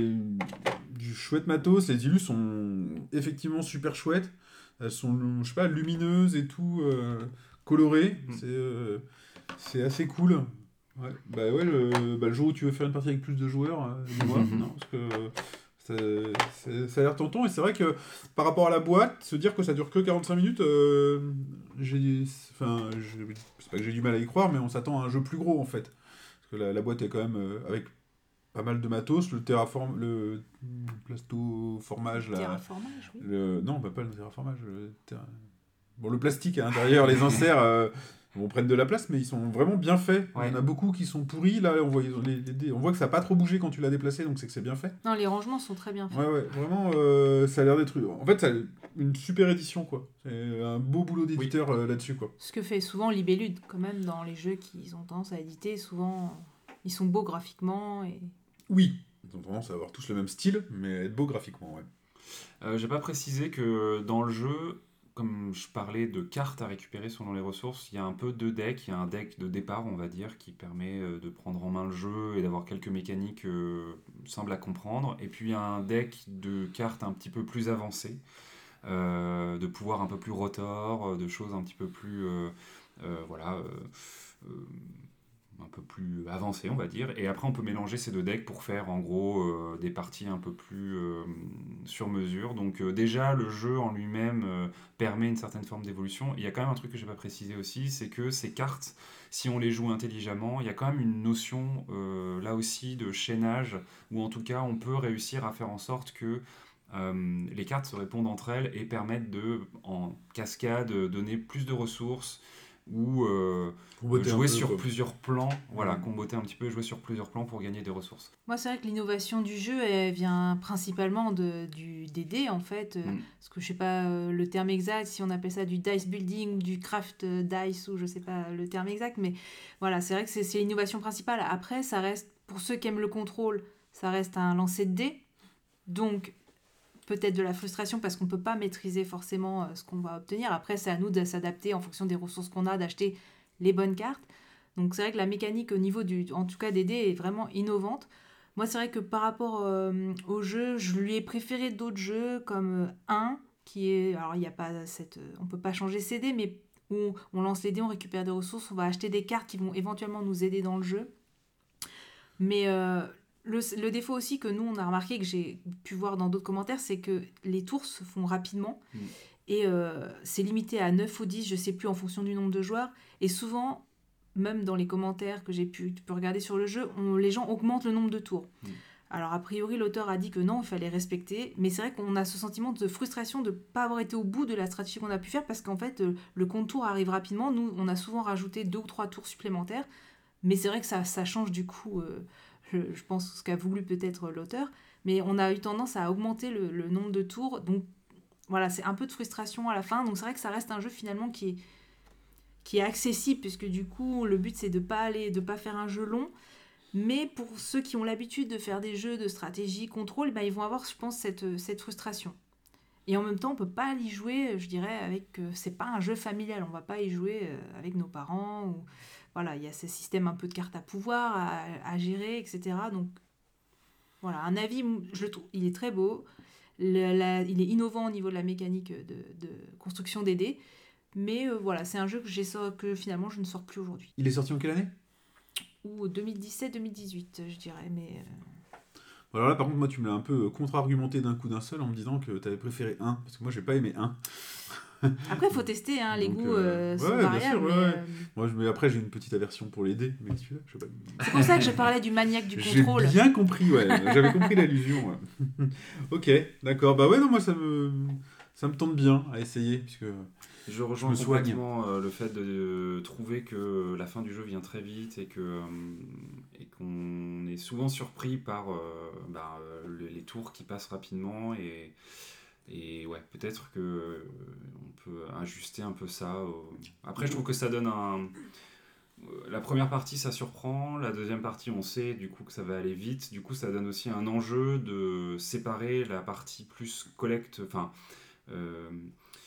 du chouette matos. Les illus sont effectivement super chouettes. Elles sont, je sais pas, lumineuses et tout, euh, colorées. Mm. C'est, euh, c'est assez cool. Ouais. Bah ouais, le, bah, le jour où tu veux faire une partie avec plus de joueurs, euh, dis-moi, non, parce que c'est, c'est- ça a l'air tentant. Et c'est vrai que par rapport à la boîte, se dire que ça dure que quarante-cinq minutes, euh, j'ai, enfin, je- c'est pas que j'ai du mal à y croire, mais on s'attend à un jeu plus gros en fait. Parce que la, la boîte est quand même euh, avec pas mal de matos, le terraform, le plastoformage, là, Terraformage, oui. le, non, bah, pas le terraformage, le terra- bon, le plastique à l'intérieur, les inserts, euh, bon, prennent de la place, mais ils sont vraiment bien faits. Ouais. Il y en a beaucoup qui sont pourris, là, on voit, ils ont les- les dés- on voit que ça n'a pas trop bougé quand tu l'as déplacé, donc c'est que c'est bien fait. Non, les rangements sont très bien faits. Ouais, ouais, vraiment, euh, ça a l'air d'être... En fait, ça, une super édition, quoi. C'est un beau boulot d'éditeur euh, là-dessus, quoi. Ce que fait souvent Libellude, quand même, dans les jeux qu'ils ont tendance à éditer, souvent, ils sont beaux graphiquement. Et... Oui, ils ont tendance à avoir tous le même style, mais être beau graphiquement, ouais. Euh, j'ai pas précisé que dans le jeu, comme je parlais de cartes à récupérer selon les ressources, il y a un peu deux decks. Il y a un deck de départ, on va dire, qui permet euh, de prendre en main le jeu et d'avoir quelques mécaniques euh, simples à comprendre. Et puis il y a un deck de cartes un petit peu plus avancées, euh, de pouvoirs un peu plus rotor, euh, de choses un petit peu plus... euh, euh, voilà... euh, euh, un peu plus avancé, on va dire. Et après, on peut mélanger ces deux decks pour faire, en gros, euh, des parties un peu plus euh, sur mesure. Donc, euh, déjà, le jeu en lui-même euh, permet une certaine forme d'évolution. Il y a quand même un truc que je n'ai pas précisé aussi, c'est que ces cartes, si on les joue intelligemment, il y a quand même une notion, euh, là aussi, de chaînage, où en tout cas, on peut réussir à faire en sorte que euh, les cartes se répondent entre elles et permettent de, en cascade, donner plus de ressources, ou euh, Comboter un jouer peu, sur quoi. plusieurs plans, voilà, Mm. comboter un petit peu, jouer sur plusieurs plans pour gagner des ressources. Moi, c'est vrai que l'innovation du jeu, elle vient principalement de, du, des dés, en fait. euh, Mm. Parce que je sais pas euh, le terme exact, si on appelle ça du dice building, du craft euh, dice, ou je sais pas le terme exact. Mais voilà, c'est vrai que c'est, c'est l'innovation principale. Après, ça reste, pour ceux qui aiment le contrôle, ça reste un lancer de dés. Donc, peut-être de la frustration parce qu'on ne peut pas maîtriser forcément euh, ce qu'on va obtenir. Après, c'est à nous de s'adapter en fonction des ressources qu'on a, d'acheter les bonnes cartes. Donc c'est vrai que la mécanique au niveau du, en tout cas des dés est vraiment innovante. Moi, c'est vrai que par rapport euh, au jeu, je lui ai préféré d'autres jeux comme euh, un qui est, alors il y a pas cette, euh, on peut pas changer ses dés, mais où on, on lance les dés, on récupère des ressources, on va acheter des cartes qui vont éventuellement nous aider dans le jeu. Mais euh, le, le défaut aussi que nous on a remarqué, que j'ai pu voir dans d'autres commentaires, c'est que les tours se font rapidement. Mm. Et euh, c'est limité à neuf ou dix, je sais plus, en fonction du nombre de joueurs. Et souvent, même dans les commentaires que j'ai pu, tu peux regarder sur le jeu, on- les gens augmentent le nombre de tours. Mm. Alors a priori, l'auteur a dit que non, il fallait respecter. Mais c'est vrai qu'on a ce sentiment de frustration de ne pas avoir été au bout de la stratégie qu'on a pu faire, parce qu'en fait, euh, le compte tour arrive rapidement. Nous, on a souvent rajouté deux ou trois tours supplémentaires. Mais c'est vrai que ça, ça change du coup, euh, je, je pense, ce qu'a voulu peut-être l'auteur. Mais on a eu tendance à augmenter le, le nombre de tours. Donc voilà, c'est un peu de frustration à la fin. Donc c'est vrai que ça reste un jeu finalement qui est, qui est accessible, puisque du coup, le but c'est de pas aller, de pas faire un jeu long. Mais pour ceux qui ont l'habitude de faire des jeux de stratégie, contrôle, ben, ils vont avoir, je pense, cette, cette frustration. Et en même temps, on peut pas y jouer, je dirais, avec... Euh, c'est pas un jeu familial, on va pas y jouer euh, avec nos parents. Ou, voilà, il y a ce système un peu de cartes à pouvoir, à, à gérer, et cetera. Donc, voilà, un avis, je le trouve, il est très beau. Le- la- il est innovant au niveau de la mécanique de, de construction des dés. Mais euh, voilà, c'est un jeu que, j'ai, sor- que finalement je ne sors plus aujourd'hui. Il est sorti en quelle année? Ou deux mille dix-sept deux mille dix-huit, je dirais. Mais euh, Alors là, par contre, moi, tu me l'as un peu contre-argumenté d'un coup d'un seul en me disant que tu avais préféré un, parce que moi, j'ai pas aimé un. après, il faut tester, hein, les Donc, goûts euh, euh, sont ouais, bien variables. sûr, ouais, mais, ouais. euh, Moi, je, mais après, j'ai une petite aversion pour les dés, mais celui-là, je sais pas. c'est pour ça que je parlais du maniaque du J'ai contrôle. bien compris, ouais. J'avais compris l'allusion. Ouais. Ok, d'accord. Bah ouais, non, moi, ça me, ça me tente bien à essayer, puisque Je rejoins me soigne. complètement euh, le fait de euh, trouver que la fin du jeu vient très vite et que euh, et qu'on est souvent surpris par euh, bah, euh, les, les tours qui passent rapidement et et ouais, peut-être que euh, on peut ajuster un peu ça. au- Après, je trouve que ça donne un euh, la première partie, ça surprend. La deuxième partie, on sait du coup que ça va aller vite. Du coup, ça donne aussi un enjeu de séparer la partie plus collecte, enfin, euh,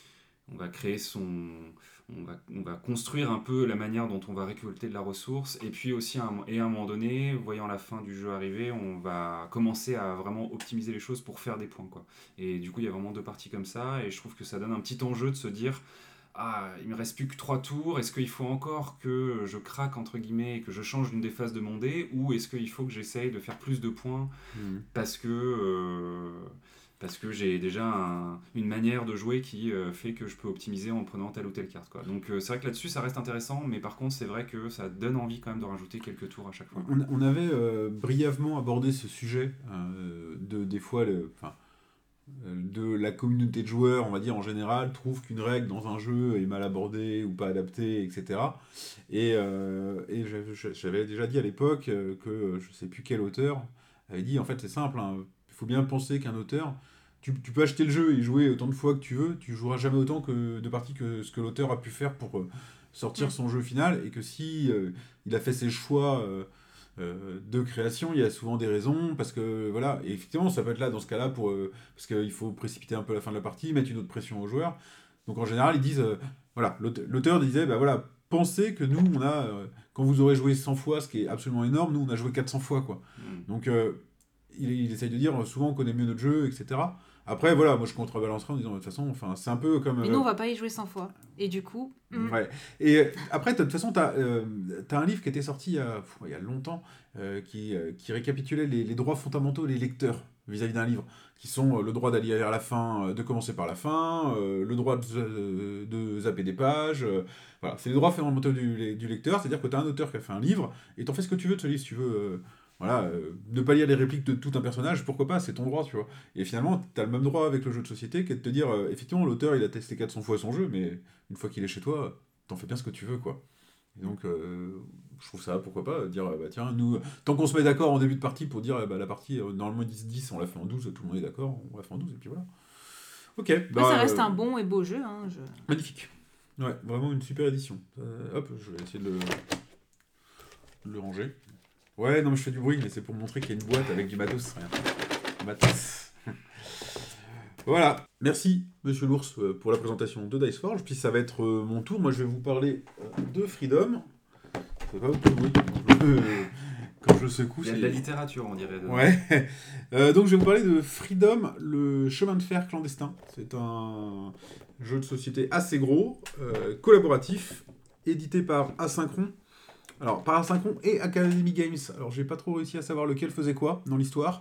on va créer son... On va, on va construire un peu la manière dont on va récolter de la ressource, et puis aussi, à un, et à un moment donné, voyant la fin du jeu arriver, on va commencer à vraiment optimiser les choses pour faire des points, quoi. Et du coup, il y a vraiment deux parties comme ça, et je trouve que ça donne un petit enjeu de se dire « Ah, il me reste plus que trois tours, est-ce qu'il faut encore que je craque, entre guillemets, et que je change une des phases de mon dé, ou est-ce qu'il faut que j'essaye de faire plus de points, Mmh. parce que... Euh, parce que j'ai déjà un, une manière de jouer qui euh, fait que je peux optimiser en prenant telle ou telle carte, quoi. Donc euh, c'est vrai que là-dessus ça reste intéressant, mais par contre c'est vrai que ça donne envie quand même de rajouter quelques tours à chaque fois. On, on avait euh, brièvement abordé ce sujet euh, de des fois le, enfin, euh, de la communauté de joueurs, on va dire en général, trouve qu'une règle dans un jeu est mal abordée ou pas adaptée, et cetera. Et, euh, et j'avais, j'avais déjà dit à l'époque euh, que je sais plus quel auteur avait dit en fait c'est simple, hein, il faut bien penser qu'un auteur, tu, tu peux acheter le jeu et jouer autant de fois que tu veux, tu joueras jamais autant que de parties que ce que l'auteur a pu faire pour euh, sortir son jeu final, et que si euh, il a fait ses choix euh, euh, de création, il y a souvent des raisons, parce que voilà, et effectivement ça peut être là dans ce cas-là pour euh, parce qu'il faut précipiter un peu la fin de la partie, mettre une autre pression aux joueurs. Donc en général ils disent euh, voilà, l'auteur, l'auteur disait bah voilà, pensez que nous on a euh, quand vous aurez joué cent fois, ce qui est absolument énorme, nous on a joué quatre cents fois, quoi. Mm. Donc euh, il, il essaye de dire souvent on connaît mieux notre jeu, et cetera. Après voilà, moi je contrebalancerai en disant de toute façon, enfin c'est un peu comme. Mais euh, nous, on va pas y jouer cent fois. Et du coup. mm, Ouais. Et euh, après, de toute façon, tu as un livre qui était sorti il y a, pff, il y a longtemps, euh, qui, euh, qui récapitulait les, les droits fondamentaux des lecteurs vis-à-vis d'un livre, qui sont euh, le droit d'aller à la fin, euh, de commencer par la fin, euh, le droit de, euh, de zapper des pages. euh, voilà, c'est les droits fondamentaux du, du lecteur, c'est-à-dire que tu as un auteur qui a fait un livre, et t'en fais ce que tu veux de ce livre, si tu veux. euh, voilà, euh, ne pas lire les répliques de tout un personnage, pourquoi pas, c'est ton droit, tu vois. Et finalement, tu as le même droit avec le jeu de société que de te dire, euh, effectivement, l'auteur, il a testé quatre cents fois son jeu, mais une fois qu'il est chez toi, t'en fais bien ce que tu veux, quoi. Et donc, euh, je trouve ça, pourquoi pas, dire, euh, bah tiens, nous, tant qu'on se met d'accord en début de partie pour dire, euh, bah la partie, euh, normalement dix dix, on l'a fait en douze, tout le monde est d'accord, on l'a fait en douze, et puis voilà. Ok, Mais bah, ça reste euh, un bon et beau jeu. Hein, je... magnifique. Ouais, vraiment une super édition. Euh, hop, je vais essayer de le, de le ranger. Ouais, non, mais je fais du bruit, mais c'est pour montrer qu'il y a une boîte avec du matos. Rien. Du matos. Voilà. Merci, monsieur l'ours, euh, pour la présentation de Diceforge. Puis ça va être euh, mon tour. Moi, je vais vous parler euh, de Freedom. Ça fait pas beaucoup de bruit quand je, quand je secoue. Il y a de c'est- la littérature, on dirait. dedans. Ouais. Euh, donc je vais vous parler de Freedom, le chemin de fer clandestin. C'est un jeu de société assez gros, euh, collaboratif, édité par Asynchron. Alors par Asynchron et Academy Games. Alors j'ai pas trop réussi à savoir lequel faisait quoi dans l'histoire.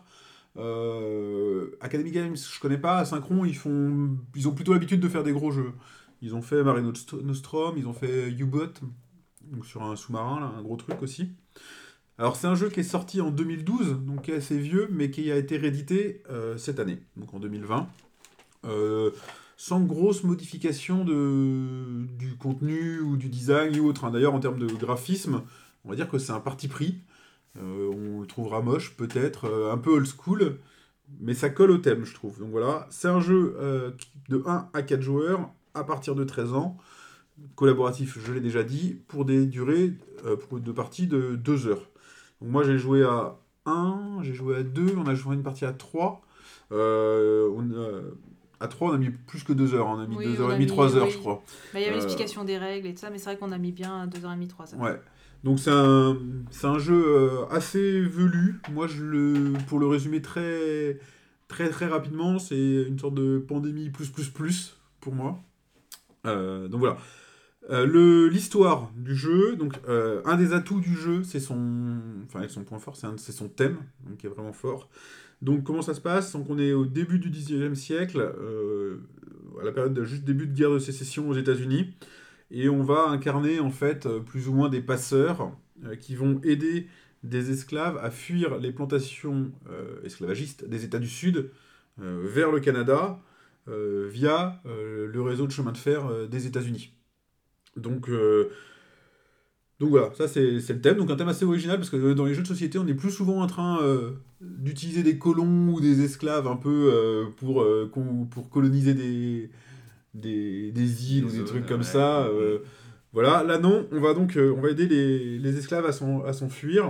Euh, Academy Games, je connais pas. Asynchron, ils font, ils ont plutôt l'habitude de faire des gros jeux. Ils ont fait Mare Nost- Nostrum, ils ont fait U-Boat, donc sur un sous-marin, là, un gros truc aussi. Alors c'est un jeu qui est sorti en deux mille douze, donc qui est assez vieux, mais qui a été réédité euh, cette année, donc en deux mille vingt. Euh, sans grosse modification de, du contenu ou du design ou autre. hein. D'ailleurs, en termes de graphisme, on va dire que c'est un parti pris. Euh, on le trouvera moche, peut-être, euh, un peu old school, mais ça colle au thème, je trouve. Donc voilà, c'est un jeu euh, de un à quatre joueurs, à partir de treize ans, collaboratif, je l'ai déjà dit, pour des durées euh, pour de parties de deux heures. Donc moi j'ai joué à un, j'ai joué à deux, on a joué une partie à trois. Euh, on, euh, à trois, on a mis plus que deux heures, on a mis Oui, deux on heures a et demie, mis- trois heures, oui. je crois. Bah, il y avait Euh, l'explication des règles et tout ça, mais c'est vrai qu'on a mis bien deux heures trente, trois heures. Ouais. Donc c'est un, c'est un jeu euh, assez velu. Moi, je le, pour le résumer très, très, très rapidement, c'est une sorte de pandémie plus, plus, plus pour moi. Euh, donc voilà. Euh, le, l'histoire du jeu, donc euh, un des atouts du jeu, c'est son, enfin son point fort, c'est, un, c'est son thème, donc qui est vraiment fort. Donc comment ça se passe? Donc on est au début du dix-neuvième siècle, euh, à la période de juste début de guerre de sécession aux États-Unis, et on va incarner en fait euh, plus ou moins des passeurs euh, qui vont aider des esclaves à fuir les plantations euh, esclavagistes des États du Sud euh, vers le Canada euh, via euh, le réseau de chemin de fer euh, des États-Unis. Donc, euh, donc voilà, ça c'est, c'est le thème. Donc un thème assez original parce que dans les jeux de société, on est plus souvent en train euh, d'utiliser des colons ou des esclaves un peu euh, pour, euh, con- pour coloniser des, des, des îles Des ou des zones, trucs comme ouais. ça. euh, voilà, là non, on va donc euh, on va aider les, les esclaves à, s'en, à s'enfuir.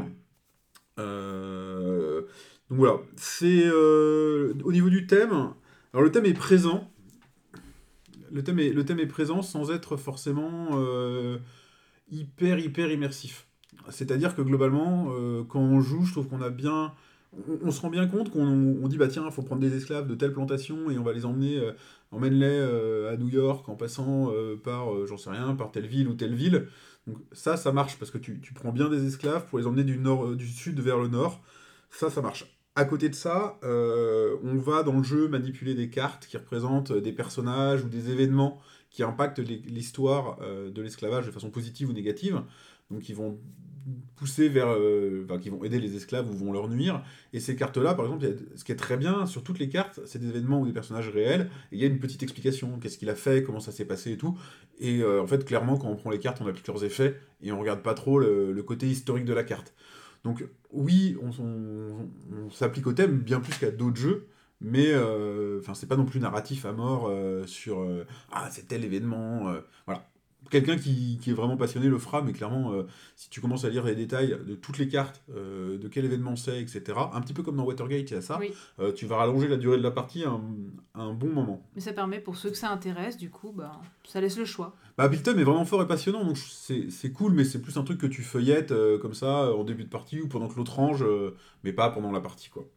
Euh, donc voilà, c'est euh, au niveau du thème. Alors le thème est présent. le, thème est, le thème est présent sans être forcément euh, hyper, hyper immersif. C'est-à-dire que globalement, euh, quand on joue, je trouve qu'on a bien... On, on se rend bien compte qu'on on dit, bah tiens, il faut prendre des esclaves de telle plantation et on va les emmener, euh, emmène-les euh, à New York en passant euh, par, euh, j'en sais rien, par telle ville ou telle ville. Donc ça, ça marche parce que tu, tu prends bien des esclaves pour les emmener du, nord, euh, du sud vers le nord. Ça, ça marche. À côté de ça, euh, on va dans le jeu manipuler des cartes qui représentent des personnages ou des événements qui impactent les- l'histoire euh, de l'esclavage de façon positive ou négative. Donc ils vont pousser vers, euh, enfin, qui vont aider les esclaves ou vont leur nuire. Et ces cartes-là, par exemple, il y a- ce qui est très bien sur toutes les cartes, c'est des événements ou des personnages réels. Et il y a une petite explication, qu'est-ce qu'il a fait, comment ça s'est passé et tout. Et euh, en fait, clairement, quand on prend les cartes, on applique leurs effets et on regarde pas trop le, le côté historique de la carte. Donc oui, on, on- on s'applique au thème bien plus qu'à d'autres jeux, mais euh, enfin c'est pas non plus narratif à mort euh, sur euh, ah c'est tel événement. euh, voilà. Quelqu'un qui, qui est vraiment passionné le fera, mais clairement, euh, si tu commences à lire les détails de toutes les cartes, euh, de quel événement c'est, et cetera, un petit peu comme dans Watergate, il y a ça, Oui. euh, tu vas rallonger la durée de la partie à un, à un bon moment. Mais ça permet pour ceux que ça intéresse, du coup, bah, ça laisse le choix. Bah, puis le thème est vraiment fort et passionnant, donc c'est c'est cool, mais c'est plus un truc que tu feuillettes euh, comme ça, euh, en début de partie ou pendant que l'autre range, euh, mais pas pendant la partie, quoi.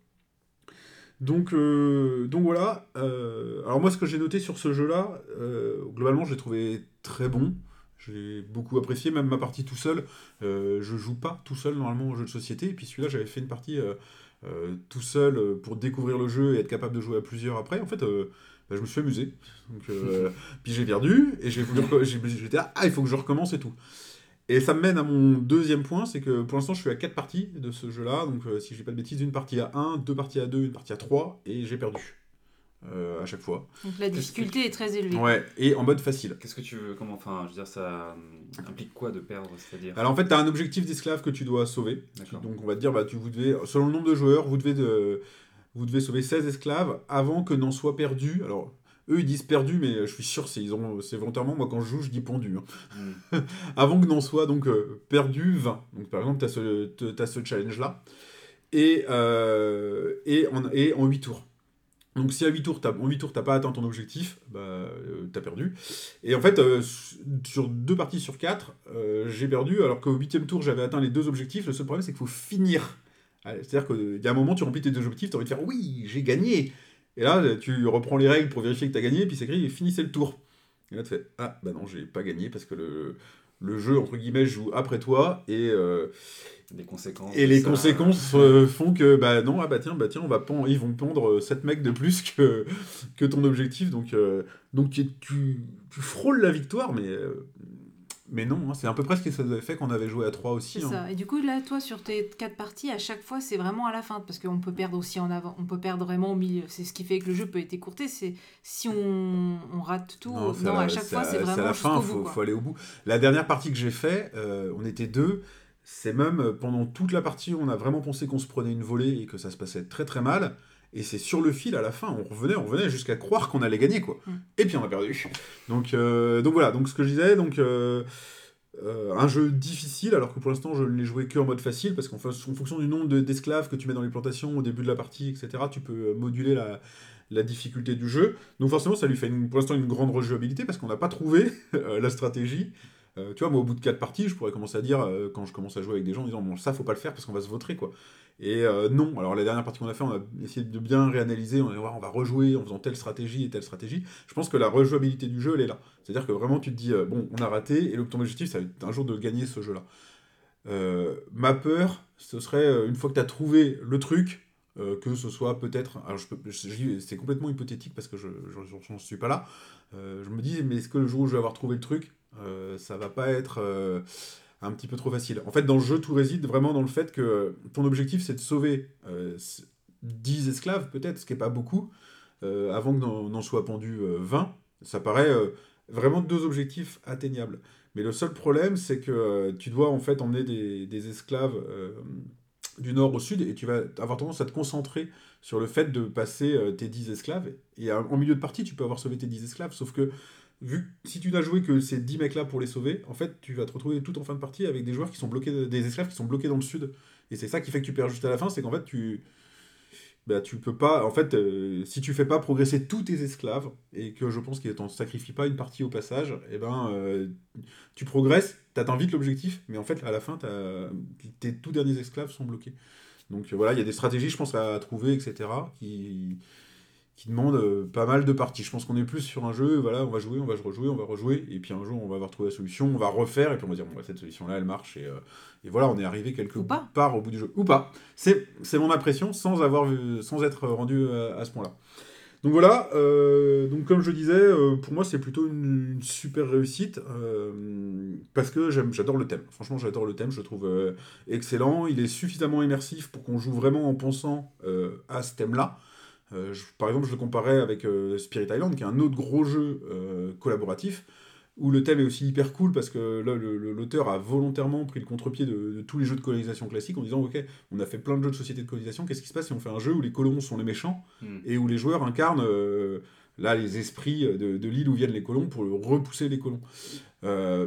Donc, euh, donc voilà. euh, alors moi, ce que j'ai noté sur ce jeu-là, euh, globalement, j'ai trouvé très bon. J'ai beaucoup apprécié, même ma partie tout seul. Euh, je joue pas tout seul normalement au jeu de société. Et puis celui-là, j'avais fait une partie euh, euh, tout seul euh, pour découvrir le jeu et être capable de jouer à plusieurs après. En fait, euh, bah, je me suis amusé. Donc, euh, puis j'ai perdu et j'ai voulu reco- j'ai- j'étais là, ah, il faut que je recommence et tout. Et ça me mène à mon deuxième point, c'est que pour l'instant je suis à quatre parties de ce jeu-là, donc euh, si je dis pas de bêtises, une partie à un, deux parties à deux, une partie à trois, et j'ai perdu euh, à chaque fois. Donc la difficulté est très élevée. Ouais, et en mode facile. Qu'est-ce que tu veux, comment, enfin, je veux dire, ça euh, implique quoi de perdre, c'est-à-dire Alors en fait, tu as un objectif d'esclave que tu dois sauver. D'accord. Donc on va te dire, bah, tu, vous devez, selon le nombre de joueurs, vous devez, de, vous devez sauver seize esclaves avant que n'en soit perdu. Alors eux ils disent perdu, mais je suis sûr c'est ils ont c'est volontairement, moi quand je joue je dis pondu. Hein. Hmm. Avant que n'en soit donc euh, perdu vingt. Donc par exemple, tu as ce, t'as ce challenge-là. Et, euh, et, en, et en huit tours. Donc si à huit tours, t'as, en huit tours, t'as pas atteint ton objectif, bah, euh, t'as perdu. Et en fait, euh, sur deux parties sur quatre, euh, j'ai perdu, alors qu'au huitième tour, j'avais atteint les deux objectifs. Le seul problème, c'est qu'il faut finir. C'est-à-dire qu'il y a un moment, tu remplis tes deux objectifs, t'as envie de faire « Oui, j'ai gagné !» Et là, tu reprends les règles pour vérifier que t'as gagné, et puis c'est écrit « Finissez le tour !» Et là, tu fais « Ah, bah non, j'ai pas gagné, parce que le... Le jeu, entre guillemets, joue après toi, et, euh, Les conséquences. et les ça- conséquences euh, font que, bah non, ah bah tiens, bah tiens, on va pendre, ils vont pendre sept mecs de plus que, que ton objectif, donc, euh, donc tu, tu, tu frôles la victoire, mais, euh, mais non, hein, c'est à peu près ce que ça avait fait qu'on avait joué à trois aussi. C'est hein. ça. Et du coup, là, toi, sur tes quatre parties, à chaque fois, c'est vraiment à la fin. Parce qu'on peut perdre aussi en avant. On peut perdre vraiment au milieu. C'est ce qui fait que le jeu peut être écourté. C'est si on, on rate tout. Non, c'est à, la- chaque c'est fois, à- c'est c'est à vraiment la jusqu'au fin, bout. faut, quoi. faut aller au bout. La dernière partie que j'ai fait, euh, on était deux, c'est même euh, pendant toute la partie, on a vraiment pensé qu'on se prenait une volée et que ça se passait très très mal. Et c'est sur le fil à la fin, on revenait, on revenait jusqu'à croire qu'on allait gagner, quoi. Mm. Et puis on a perdu. Donc, euh, donc voilà, donc ce que je disais, donc euh, euh, un jeu difficile, alors que pour l'instant je ne l'ai joué que en mode facile, parce qu'en fa- en fonction du nombre de- d'esclaves que tu mets dans les plantations au début de la partie, et cetera, tu peux euh, moduler la, la difficulté du jeu. Donc forcément, ça lui fait une- pour l'instant une grande rejouabilité, parce qu'on n'a pas trouvé euh, la stratégie. Euh, tu vois, moi, au bout de quatre parties, je pourrais commencer à dire, euh, quand je commence à jouer avec des gens, en disant, bon, ça, faut pas le faire parce qu'on va se vautrer, quoi. Et euh, non, alors la dernière partie qu'on a fait, on a essayé de bien réanalyser, on, va- on va rejouer en faisant telle stratégie et telle stratégie. Je pense que la rejouabilité du jeu, elle est là. C'est-à-dire que vraiment, tu te dis, euh, bon, on a raté, et le ton objectif, ça va être un jour de gagner ce jeu-là. Euh, ma peur, ce serait, euh, une fois que tu as trouvé le truc, euh, que ce soit peut-être, alors je peux, je- je- c'est complètement hypothétique parce que je n'en suis pas là, euh, je me dis, mais est-ce que le jour où je vais avoir trouvé le truc, euh, ça va pas être euh, un petit peu trop facile. En fait, dans le jeu, tout réside vraiment dans le fait que ton objectif, c'est de sauver euh, dix esclaves, peut-être, ce qui n'est pas beaucoup, euh, avant que n'en n'en soient pendus euh, vingt. Ça paraît euh, vraiment deux objectifs atteignables. Mais le seul problème, c'est que euh, tu dois en fait emmener des, des esclaves euh, du nord au sud, et tu vas avoir tendance à te concentrer sur le fait de passer euh, tes dix esclaves. Et euh, en milieu de partie, tu peux avoir sauvé tes dix esclaves, sauf que vu que si tu n'as joué que ces dix mecs-là pour les sauver, en fait, tu vas te retrouver tout en fin de partie avec des joueurs qui sont bloqués, des esclaves qui sont bloqués dans le sud. Et c'est ça qui fait que tu perds juste à la fin, c'est qu'en fait, tu... bah, tu peux pas, en fait, euh, si tu fais pas progresser tous tes esclaves, et que je pense qu'ils t'en sacrifient pas une partie au passage, et ben, euh, tu progresses, t'atteins vite l'objectif, mais en fait, à la fin, t'as- tes tout derniers esclaves sont bloqués. Donc euh, voilà, il y a des stratégies, je pense, à trouver, et cetera, qui, qui demandent euh, pas mal de parties. Je pense qu'on est plus sur un jeu, voilà, on va jouer, on va rejouer, on va rejouer, et puis un jour, on va avoir trouvé la solution, on va refaire, et puis on va dire, bon, bah, cette solution-là, elle marche, et, euh, et voilà, on est arrivé quelque Ou pas. part au bout du jeu. Ou pas. C'est, c'est mon impression, sans, avoir vu, sans être rendu à, à ce point-là. Donc voilà, euh, donc comme je disais, euh, pour moi c'est plutôt une, une super réussite, euh, parce que j'aime, j'adore le thème. Franchement j'adore le thème, je le trouve euh, excellent, il est suffisamment immersif pour qu'on joue vraiment en pensant euh, à ce thème-là. Euh, je- par exemple je le comparais avec euh, Spirit Island, qui est un autre gros jeu euh, collaboratif, où le thème est aussi hyper cool, parce que là le- le- l'auteur a volontairement pris le contre-pied de, de tous les jeux de colonisation classiques, en disant ok, on a fait plein de jeux de société de colonisation, qu'est-ce qui se passe si on fait un jeu où les colons sont les méchants, Hmm. et où les joueurs incarnent euh, là les esprits de, de l'île où viennent les colons pour repousser les colons. Euh,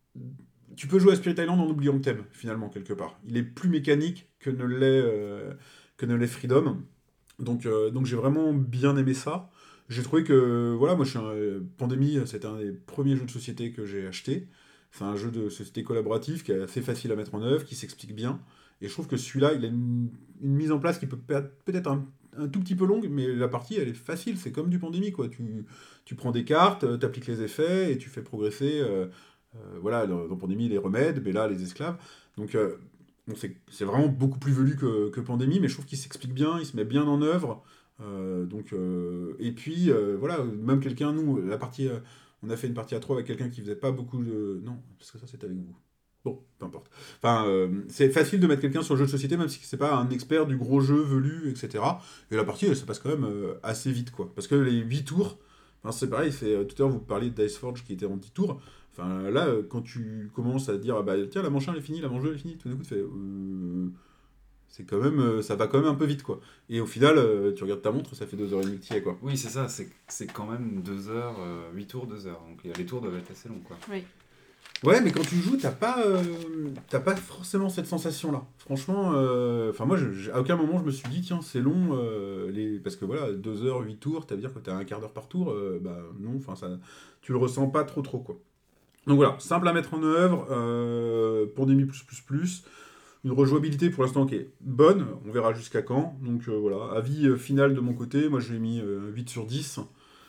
tu peux jouer à Spirit Island en oubliant le thème, finalement, quelque part. Il est plus mécanique que ne l'est, euh, que ne l'est Freedom. Donc, euh, donc j'ai vraiment bien aimé ça. J'ai trouvé que, voilà, moi je suis un, euh, Pandémie, c'était un des premiers jeux de société que j'ai acheté. C'est un jeu de société collaborative qui est assez facile à mettre en œuvre, qui s'explique bien. Et je trouve que celui-là, il a une, une mise en place qui peut per- peut-être un, un tout petit peu longue, mais la partie, elle est facile. C'est comme du Pandémie, quoi. Tu, tu prends des cartes, tu appliques les effets et tu fais progresser, euh, euh, voilà, dans, dans Pandémie, les remèdes, mais là, les esclaves. Donc, euh, bon, c'est, c'est vraiment beaucoup plus velu que, que Pandémie, mais je trouve qu'il s'explique bien, il se met bien en œuvre. Euh, donc, euh, et puis, euh, voilà, même quelqu'un, nous, la partie, euh, on a fait une partie à trois avec quelqu'un qui faisait pas beaucoup de... Non, parce que ça, c'était avec vous. Bon, peu importe. Enfin, euh, c'est facile de mettre quelqu'un sur le jeu de société, même si c'est pas un expert du gros jeu velu, et cetera. Et la partie, elle se passe quand même euh, assez vite, quoi. Parce que les huit tours, enfin, c'est pareil, c'est, euh, tout à l'heure, vous parliez de Dice Forge qui était en dix tours. Enfin, là, euh, quand tu commences à dire, ah bah, tiens, la manche un, elle est finie, la manche deux, elle est finie, tout d'un coup, tu fais... Euh... C'est quand même, euh, ça va quand même un peu vite, quoi. Et au final, euh, tu regardes ta montre, ça fait deux heures et demie que tu y es, quoi. Oui, c'est ça, c'est, c'est quand même deux heures, euh, huit tours, deux heures. Donc les tours doivent être assez longs, quoi. Oui. Ouais, mais quand tu joues, t'as pas, euh, t'as pas forcément cette sensation-là. Franchement, euh, enfin moi, je, je- à aucun moment je me suis dit, tiens, c'est long, euh, les... parce que voilà, deux heures, huit tours, ça veut dire que t'as un quart d'heure par tour, euh, bah non, enfin ça, tu le ressens pas trop trop, quoi. Donc voilà, simple à mettre en œuvre, euh, Pandémie plus plus plus, une rejouabilité pour l'instant qui est bonne, on verra jusqu'à quand. Donc euh, voilà, avis euh, final de mon côté, moi je lui ai mis euh, huit sur dix.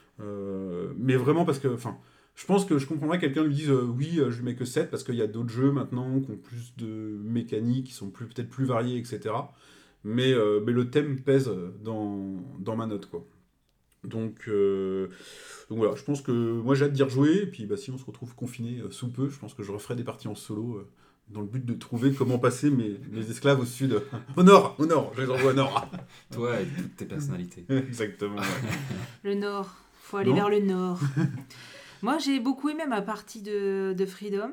Euh, mais vraiment parce que, enfin, je pense que je comprendrais que quelqu'un lui dise euh, oui, euh, je lui mets que sept parce qu'il y a d'autres jeux maintenant qui ont plus de mécaniques, qui sont plus, peut-être plus variés, et cetera. Mais, euh, mais le thème pèse dans, dans ma note, quoi. Donc, euh, donc voilà, je pense que moi j'ai hâte d'y rejouer, et puis bah, si on se retrouve confiné euh, sous peu, je pense que je referai des parties en solo euh, dans le but de trouver comment passer mes, mes esclaves au sud. Au nord, au nord, je les envoie au nord. Toi et toutes tes personnalités. Exactement. Ouais. Le nord. Faut aller Non. vers le nord. Moi, j'ai beaucoup aimé ma partie de, de Freedom.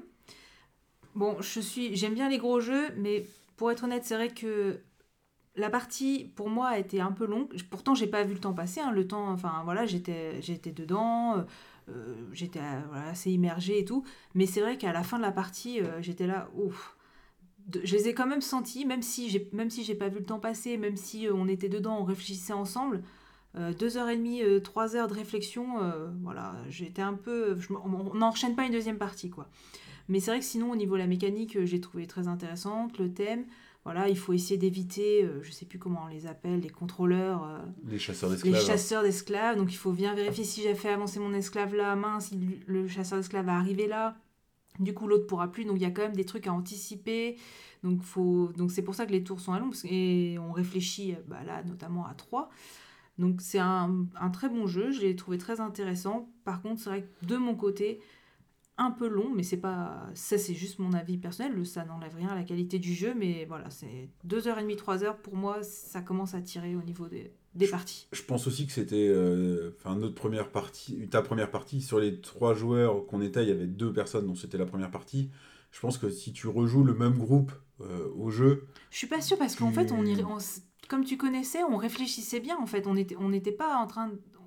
Bon, je suis, j'aime bien les gros jeux, mais pour être honnête, c'est vrai que la partie, pour moi, a été un peu longue. Pourtant, j'ai pas vu le temps passer. Hein. Le temps, enfin, voilà, j'étais, j'étais dedans. euh, j'étais euh, voilà, assez immergée et tout. Mais c'est vrai qu'à la fin de la partie, euh, j'étais là, ouf. De- je les ai quand même sentis, même si j'ai, même si j'ai pas vu le temps passer, même si euh, on était dedans, on réfléchissait ensemble. Euh, deux heures et demie, euh, trois heures de réflexion, euh, voilà, j'étais un peu... je m- on on n'enchaîne pas une deuxième partie, quoi. Mais c'est vrai que sinon, au niveau de la mécanique, euh, j'ai trouvé très intéressante, le thème, voilà, il faut essayer d'éviter, euh, je sais plus comment on les appelle, les contrôleurs, euh, Les chasseurs les d'esclaves. chasseurs d'esclaves, donc il faut bien vérifier si j'ai fait avancer mon esclave là, mince, si lui- le chasseur d'esclaves va arriver là, du coup l'autre pourra plus, donc il y a quand même des trucs à anticiper, donc, faut... donc c'est pour ça que les tours sont à long, parce que- et on réfléchit, euh, bah, là, notamment à trois. Donc c'est un, un très bon jeu, je l'ai trouvé très intéressant. Par contre, c'est vrai que de mon côté, un peu long, mais c'est pas ça, c'est juste mon avis personnel, ça n'enlève rien à la qualité du jeu, mais voilà, c'est deux heures et demie, trois heures, pour moi, ça commence à tirer au niveau des, des parties. Je pense aussi que c'était euh, enfin notre première partie, ta première partie. Sur les trois joueurs qu'on était, il y avait deux personnes dont c'était la première partie. Je pense que si tu rejoues le même groupe euh, au jeu, Je suis pas sûre parce qu'en Tu- fait, on, y- on s- comme tu connaissais, on réfléchissait bien, en fait, on n'était on n'était pas en train de...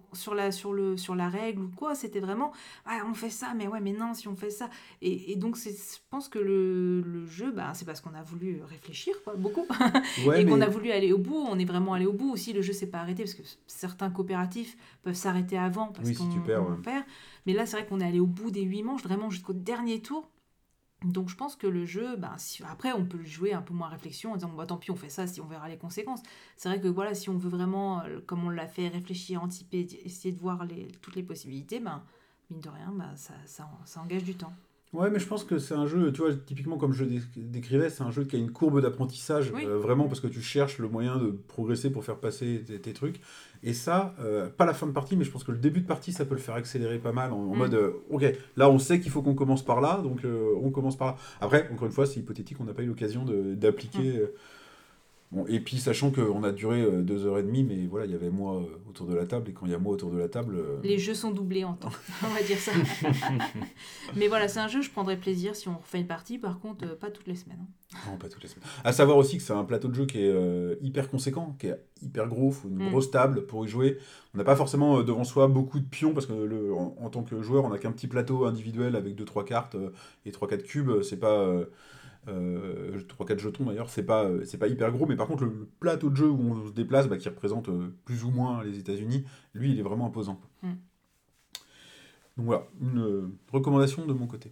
sur la, sur, le, sur la règle ou quoi, c'était vraiment ah, on fait ça, mais ouais, mais non, si on fait ça. Et, et donc, c'est, je pense que le, le jeu, bah, c'est parce qu'on a voulu réfléchir, quoi, beaucoup, Ouais, et mais... qu'on a voulu aller au bout. On est vraiment allé au bout aussi. Le jeu s'est pas arrêté parce que certains coopératifs peuvent s'arrêter avant parce Oui, si qu'on tu perds, on ouais. perd. Mais là, c'est vrai qu'on est allé au bout des huit manches, vraiment jusqu'au dernier tour. Donc je pense que le jeu, ben, si, après on peut le jouer un peu moins réflexion en disant bah, tant pis on fait ça si on verra les conséquences. C'est vrai que voilà, si on veut vraiment, euh, comme on l'a fait, réfléchir, anticiper, d- essayer de voir les, toutes les possibilités, ben, mine de rien, ben, ça, ça, ça engage du temps. Ouais, mais je pense que c'est un jeu, tu vois, typiquement comme je dé- décrivais, c'est un jeu qui a une courbe d'apprentissage, Oui. euh, vraiment parce que tu cherches le moyen de progresser pour faire passer tes, tes trucs. Et ça, euh, pas la fin de partie, mais je pense que le début de partie, ça peut le faire accélérer pas mal en, en Mm. mode, euh, ok, là on sait qu'il faut qu'on commence par là, donc euh, on commence par là. Après, encore une fois, c'est hypothétique, on n'a pas eu l'occasion de- d'appliquer. euh, Bon, et puis sachant qu'on a duré euh, deux heures et demie, mais voilà, il y avait moi euh, autour de la table, et quand il y a moi autour de la table. euh, Les jeux sont doublés en temps, on va dire ça. Mais voilà, c'est un jeu, je prendrais plaisir si on refait une partie, par contre, euh, pas toutes les semaines. hein. Non, pas toutes les semaines. À savoir aussi que c'est un plateau de jeu qui est euh, hyper conséquent, qui est hyper gros, faut une Mm. grosse table pour y jouer. On n'a pas forcément euh, devant soi beaucoup de pions, parce que le, en, en tant que joueur, on n'a qu'un petit plateau individuel avec deux trois cartes euh, et trois quatre cubes. C'est pas. Euh, euh, trois quatre jetons d'ailleurs, c'est pas, euh, c'est pas hyper gros, mais par contre, le, le plateau de jeu où on se déplace, bah, qui représente euh, plus ou moins les États-Unis, lui, il est vraiment imposant. Mm. Donc voilà, une euh, recommandation de mon côté.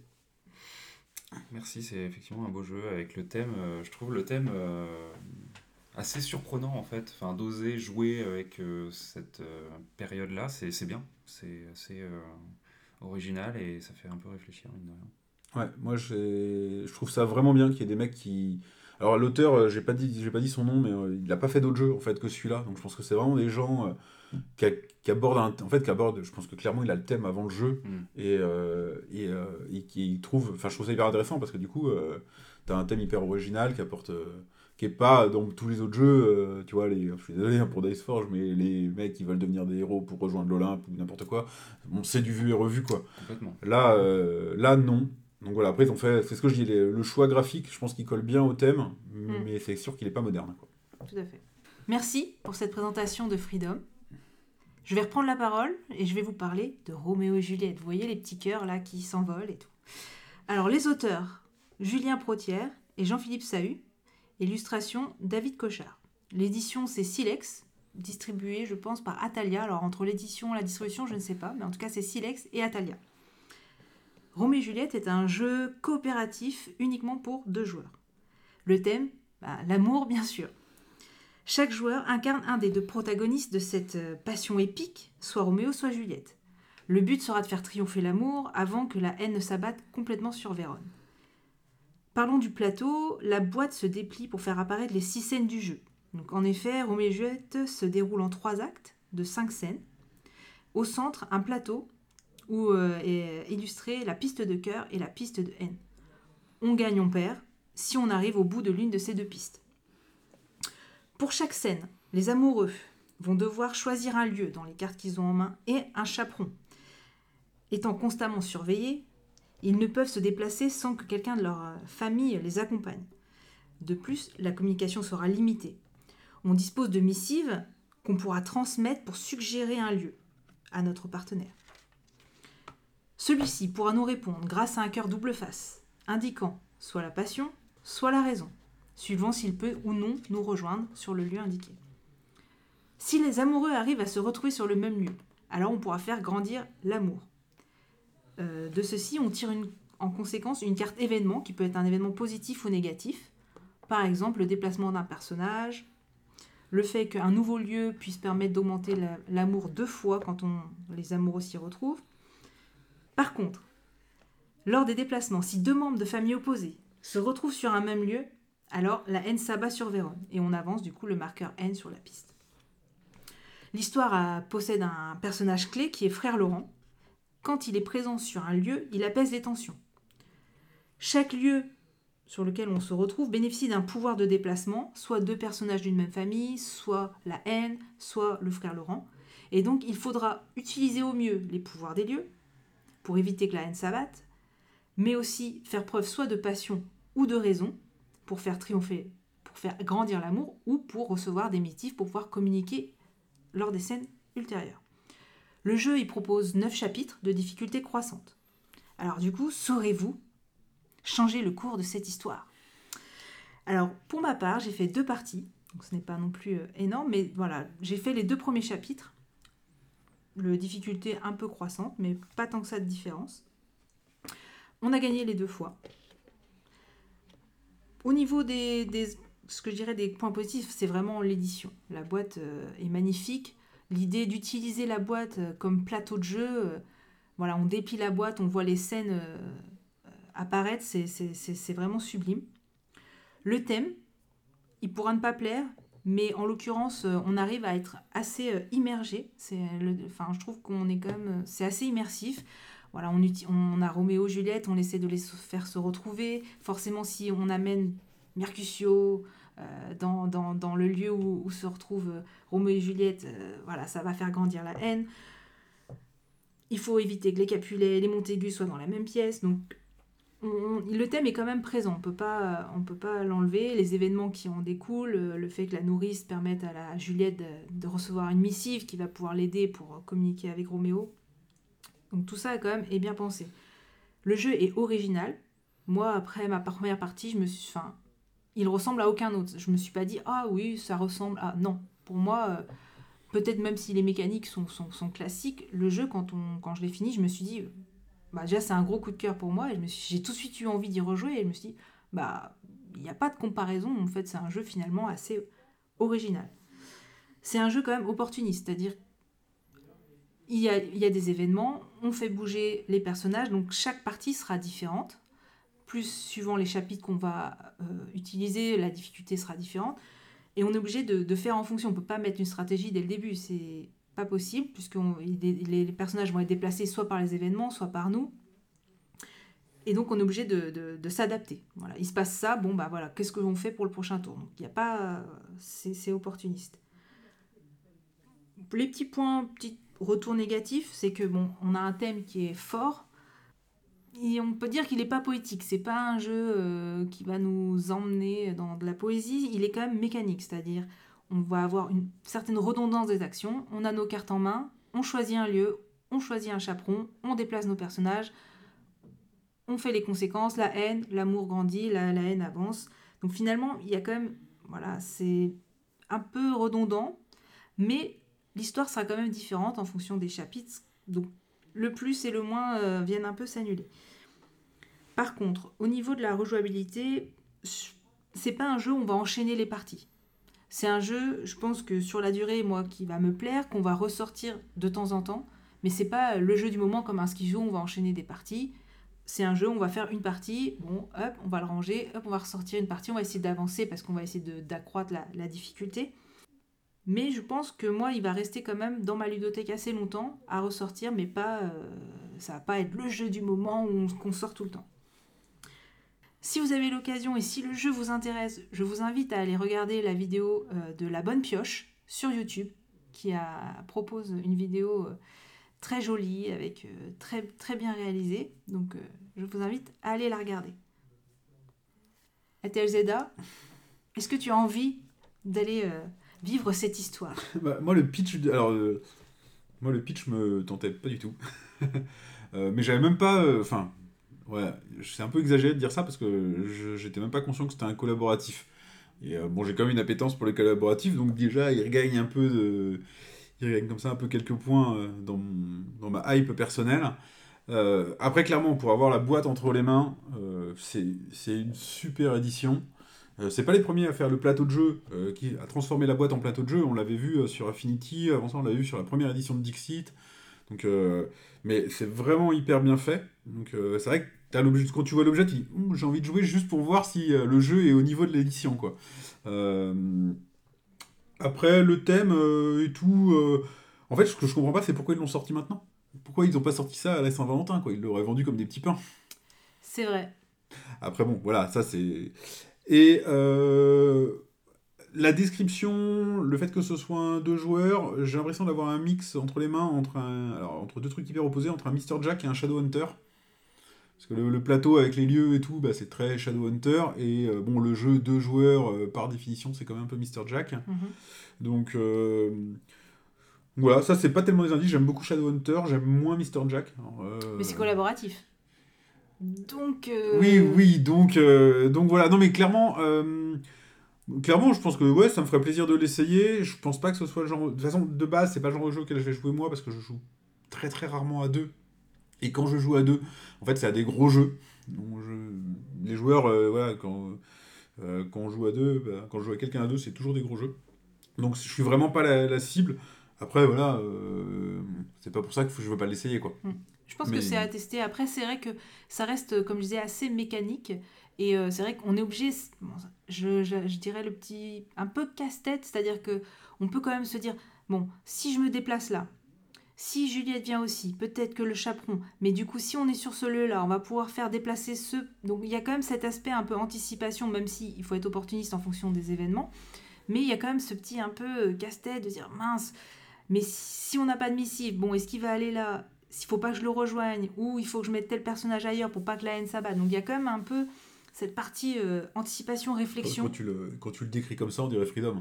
Merci, c'est effectivement un beau jeu avec le thème. euh, je trouve le thème euh, assez surprenant en fait. Enfin, d'oser jouer avec euh, cette euh, période-là, c'est c'est bien. C'est assez euh, original et ça fait un peu réfléchir, mine de rien. Ouais, moi j'ai- je trouve ça vraiment bien qu'il y ait des mecs qui. Alors l'auteur, euh, j'ai pas dit, j'ai pas dit son nom, mais euh, il a pas fait d'autres jeux en fait que celui-là. Donc je pense que c'est vraiment des gens euh, qui, a- qui abordent un, en fait qui abordent. Je pense que clairement il a le thème avant le jeu Mm. et et, et, euh, et qui trouve. Enfin je trouve ça hyper intéressant parce que du coup euh, t'as un thème hyper original qui apporte, euh, qui est pas dans tous les autres jeux. euh, tu vois les, je suis désolé hein, pour Dice Forge, mais les mecs qui veulent devenir des héros pour rejoindre l'Olympe ou n'importe quoi. Bon c'est du vu et revu quoi. Complètement. Là, euh, là non. Donc voilà, après ils ont fait, c'est ce que je dis, les- le choix graphique, je pense qu'il colle bien au thème, mais c'est sûr qu'il est pas moderne. Quoi. Tout à fait. Merci pour cette présentation de Freedom. Je vais reprendre la parole et je vais vous parler de Roméo et Juliette. Vous voyez les petits cœurs là qui s'envolent et tout. Alors les auteurs, Julien Protière et Jean-Philippe Sahu. Illustration, David Cochard. L'édition c'est Silex, distribuée je pense par Atalia. Alors entre l'édition et la distribution je ne sais pas, mais en tout cas c'est Silex et Atalia. Roméo et Juliette est un jeu coopératif uniquement pour deux joueurs. Le thème, bah, l'amour bien sûr. Chaque joueur incarne un des deux protagonistes de cette euh, passion épique, soit Roméo, soit Juliette. Le but sera de faire triompher l'amour avant que la haine ne s'abatte complètement sur Vérone. Parlons du plateau, la boîte se déplie pour faire apparaître les six scènes du jeu. Donc, en effet, Roméo et Juliette se déroule en trois actes de cinq scènes. Au centre, un plateau où euh, est illustrée la piste de cœur et la piste de haine. On gagne, on perd, si on arrive au bout de l'une de ces deux pistes. Pour chaque scène, les amoureux vont devoir choisir un lieu dans les cartes qu'ils ont en main et un chaperon. Étant constamment surveillés, ils ne peuvent se déplacer sans que quelqu'un de leur famille les accompagne. De plus, la communication sera limitée. On dispose de missives qu'on pourra transmettre pour suggérer un lieu à notre partenaire. Celui-ci pourra nous répondre grâce à un cœur double face, indiquant soit la passion, soit la raison, suivant s'il peut ou non nous rejoindre sur le lieu indiqué. Si les amoureux arrivent à se retrouver sur le même lieu, alors on pourra faire grandir l'amour. Euh, de ceci, on tire une, en conséquence une carte événement qui peut être un événement positif ou négatif. Par exemple, le déplacement d'un personnage, le fait qu'un nouveau lieu puisse permettre d'augmenter la, l'amour deux fois quand on, les amoureux s'y retrouvent. Par contre, lors des déplacements, si deux membres de familles opposées se retrouvent sur un même lieu, alors la haine s'abat sur Vérone et on avance du coup le marqueur haine sur la piste. L'histoire a, possède un personnage clé qui est Frère Laurent. Quand il est présent sur un lieu, il apaise les tensions. Chaque lieu sur lequel on se retrouve bénéficie d'un pouvoir de déplacement, soit deux personnages d'une même famille, soit la haine, soit le Frère Laurent. Et donc il faudra utiliser au mieux les pouvoirs des lieux pour éviter que la haine s'abatte, mais aussi faire preuve soit de passion ou de raison pour faire triompher, pour faire grandir l'amour ou pour recevoir des missives pour pouvoir communiquer lors des scènes ultérieures. Le jeu, il propose neuf chapitres de difficulté croissante. Alors du coup, saurez-vous changer le cours de cette histoire? Alors pour ma part, j'ai fait deux parties, donc ce n'est pas non plus euh, énorme, mais voilà, j'ai fait les deux premiers chapitres, le difficulté un peu croissante, mais pas tant que ça de différence. On a gagné les deux fois. Au niveau des, des ce que je dirais des points positifs, c'est vraiment l'édition. La boîte euh, est magnifique. L'idée d'utiliser la boîte euh, comme plateau de jeu, euh, voilà, on déplie la boîte, on voit les scènes euh, apparaître, c'est, c'est, c'est, c'est vraiment sublime. Le thème, il pourra ne pas plaire, mais en l'occurrence, euh, on arrive à être assez euh, immergé. C'est le, enfin, je trouve qu'on est quand même, c'est assez immersif. Voilà, on, uti- on a Roméo et Juliette, on essaie de les so- faire se retrouver. Forcément, si on amène Mercutio euh, dans, dans, dans le lieu où, où se retrouvent euh, Roméo et Juliette, euh, voilà, ça va faire grandir la haine. Il faut éviter que les Capulet et les Montaigu soient dans la même pièce. Donc, on, on- le thème est quand même présent. On peut pas, on peut pas l'enlever. Les événements qui en découlent, euh, le fait que la nourrice permette à la Juliette de, de recevoir une missive qui va pouvoir l'aider pour communiquer avec Roméo. Donc tout ça quand même est bien pensé. Le jeu est original. Moi, après ma première partie, je me suis, enfin, il ressemble à aucun autre. Je me suis pas dit ah oui, ça ressemble à non. Pour moi, euh, peut-être même si les mécaniques sont, sont, sont classiques, le jeu quand on quand je l'ai fini, je me suis dit bah déjà c'est un gros coup de cœur pour moi et je me suis, j'ai tout de suite eu envie d'y rejouer et je me suis dit bah il n'y a pas de comparaison. En fait, c'est un jeu finalement assez original. C'est un jeu quand même opportuniste, c'est-à-dire Il y, a, il y a des événements, on fait bouger les personnages, donc chaque partie sera différente. Plus suivant les chapitres qu'on va euh, utiliser, la difficulté sera différente. Et on est obligé de, de faire en fonction. On ne peut pas mettre une stratégie dès le début, c'est pas possible, puisque on, les, les personnages vont être déplacés soit par les événements, soit par nous. Et donc on est obligé de, de, de s'adapter. Voilà. Il se passe ça, bon bah voilà, qu'est-ce que l'on fait pour le prochain tour? Donc il y a pas, c'est, c'est opportuniste. Les petits points, petits retour négatif, c'est que bon, on a un thème qui est fort et on peut dire qu'il n'est pas poétique. C'est pas un jeu euh, qui va nous emmener dans de la poésie. Il est quand même mécanique, c'est-à-dire on va avoir une certaine redondance des actions. On a nos cartes en main, on choisit un lieu, on choisit un chaperon, on déplace nos personnages, on fait les conséquences, la haine, l'amour grandit, la, la haine avance. Donc finalement, il y a quand même, voilà, c'est un peu redondant, mais l'histoire sera quand même différente en fonction des chapitres, donc le plus et le moins euh, viennent un peu s'annuler. Par contre, au niveau de la rejouabilité, c'est pas un jeu où on va enchaîner les parties. C'est un jeu, je pense que sur la durée, moi, qui va me plaire, qu'on va ressortir de temps en temps, mais c'est pas le jeu du moment comme un ski-joue, on va enchaîner des parties. C'est un jeu où on va faire une partie, bon, hop, on va le ranger, hop, on va ressortir une partie, on va essayer d'avancer parce qu'on va essayer de, d'accroître la, la difficulté. Mais je pense que moi, il va rester quand même dans ma ludothèque assez longtemps à ressortir, mais pas, euh, ça va pas être le jeu du moment où on, qu'on sort tout le temps. Si vous avez l'occasion et si le jeu vous intéresse, je vous invite à aller regarder la vidéo euh, de La Bonne Pioche sur YouTube, qui a, propose une vidéo euh, très jolie, avec euh, très, très bien réalisée. Donc euh, je vous invite à aller la regarder. Etelzeda, est-ce que tu as envie d'aller... Euh, vivre cette histoire? Bah, moi, le pitch, de- alors, euh, moi, le pitch me tentait pas du tout. Euh, mais j'avais même pas. Enfin, ouais, c'est un peu exagéré de dire ça parce que je- j'étais même pas conscient que c'était un collaboratif. Et euh, bon, j'ai quand même une appétence pour les collaboratifs, donc déjà, il regagne un peu de. Il regagne comme ça un peu quelques points euh, dans, mon- dans ma hype personnelle. Euh, après, clairement, pour avoir la boîte entre les mains, euh, c'est c'est une super édition. Euh, c'est pas les premiers à faire le plateau de jeu, euh, qui à transformer la boîte en plateau de jeu. On l'avait vu euh, sur Affinity, avant ça on l'avait vu sur la première édition de Dixit. Donc, euh, mais c'est vraiment hyper bien fait. Donc euh, c'est vrai que t'as l'objet, quand tu vois l'objet, tu dis Ouh, j'ai envie de jouer juste pour voir si euh, le jeu est au niveau de l'édition, quoi. Euh, Après le thème euh, et tout, euh, en fait ce que je comprends pas c'est pourquoi ils l'ont sorti maintenant. Pourquoi ils ont pas sorti ça à la Saint-Valentin, quoi. Ils l'auraient vendu comme des petits pains. C'est vrai. Après bon, voilà, ça c'est. Et euh, la description, le fait que ce soit un deux joueurs, j'ai l'impression d'avoir un mix entre les mains, entre, un, alors, entre deux trucs hyper opposés, entre un mister Jack et un Shadowhunter. Parce que le, le plateau avec les lieux et tout, bah, c'est très Shadowhunter. Et euh, bon, le jeu deux joueurs, euh, par définition, c'est quand même un peu mister Jack. Mm-hmm. Donc, euh, Voilà, ça c'est pas tellement des indices, j'aime beaucoup Shadowhunter, j'aime moins Mister Jack. Alors, euh, Mais c'est collaboratif. Donc. euh, Oui, oui, donc, euh, donc voilà. Non, mais clairement, euh, clairement, je pense que ouais, ça me ferait plaisir de l'essayer. Je pense pas que ce soit le genre. De toute façon, de base, c'est pas le genre de jeu auquel je vais jouer moi parce que je joue très très rarement à deux. Et quand je joue à deux, en fait, c'est à des gros jeux. Donc, je... Les joueurs, euh, voilà, quand, euh, quand on joue à deux, bah, quand je joue à quelqu'un à deux, c'est toujours des gros jeux. Donc, je suis vraiment pas la, la cible. Après, voilà, euh, c'est pas pour ça que je veux pas l'essayer, quoi. Je pense Mais- que c'est à tester. Après, c'est vrai que ça reste, comme je disais, assez mécanique. Et euh, c'est vrai qu'on est obligé, bon, je, je, je dirais le petit, un peu casse-tête, c'est-à-dire que on peut quand même se dire, bon, si je me déplace là, si Juliette vient aussi, peut-être que le chaperon, mais du coup, si on est sur ce lieu-là, on va pouvoir faire déplacer ceux. Donc il y a quand même cet aspect un peu anticipation, même si il faut être opportuniste en fonction des événements. Mais il y a quand même ce petit un peu casse-tête de dire, mince, mais si on n'a pas de missive, bon, est-ce qu'il va aller là ? S'il faut pas que je le rejoigne, ou il faut que je mette tel personnage ailleurs pour pas que la haine s'abatte. Donc il y a quand même un peu cette partie euh, anticipation, réflexion. Quand tu, le, quand tu le décris comme ça, on dirait Freedom.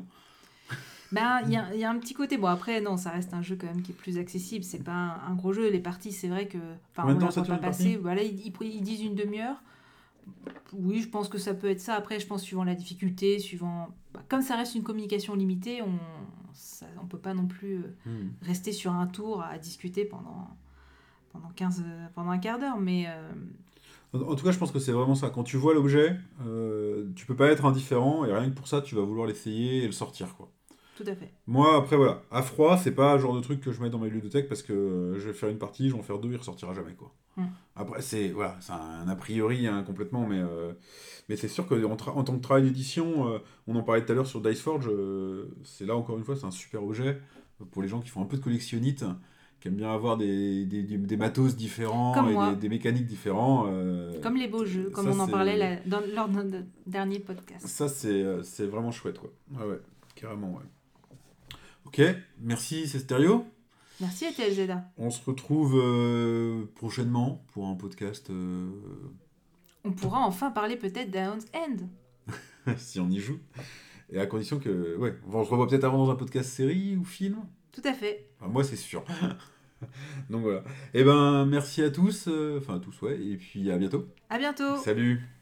Ben, il y a, il y a un petit côté. Bon, après, non, ça reste un jeu quand même qui est plus accessible. C'est pas un, un gros jeu. Les parties, c'est vrai que. Enfin, Combien de on temps la ça compte dure, pas une passer. partie Voilà, ils, ils, ils disent une demi-heure. Oui, je pense que ça peut être ça. Après, je pense suivant la difficulté, suivant. Bah, comme ça reste une communication limitée, on ça, on peut pas non plus euh, Hmm. rester sur un tour à discuter pendant. Pendant, quinze, pendant un quart d'heure, mais euh, En, en tout cas, je pense que c'est vraiment ça. Quand tu vois l'objet, euh, tu peux pas être indifférent, et rien que pour ça, tu vas vouloir l'essayer et le sortir, quoi. tout à fait. Moi, après, voilà, à froid, c'est pas le genre de truc que je mets dans ma ludothèque parce que euh, je vais faire une partie, je vais en faire deux, il ressortira jamais, quoi. Mm. Après, c'est voilà, c'est un a priori hein, complètement, mais, euh, mais c'est sûr qu'en tra- en tant que travail d'édition, euh, on en parlait tout à l'heure sur Diceforge, euh, c'est là encore une fois, c'est un super objet pour les gens qui font un peu de collectionnite, qui aiment bien avoir des, des, des, des matos différents Comme et moi. des, des mécaniques différents. euh, Comme les beaux jeux, comme ça, on en c'est- parlait là, dans, lors de notre dernier podcast. Ça, c'est euh, c'est vraiment chouette, quoi. Ouais, ouais, carrément, ouais. Ok, merci, c'est Stéréo. Merci à T L Z A. On se retrouve euh, prochainement pour un podcast, euh, On pourra enfin parler peut-être d'Aeon's End. si on y joue. Et à condition que... Ouais, on se revoit peut-être avant dans un podcast série ou film. Tout à fait. Enfin, moi, c'est sûr. Donc voilà. Eh ben, merci à tous. euh, Enfin, à tous, ouais. Et puis à bientôt. À bientôt. Salut.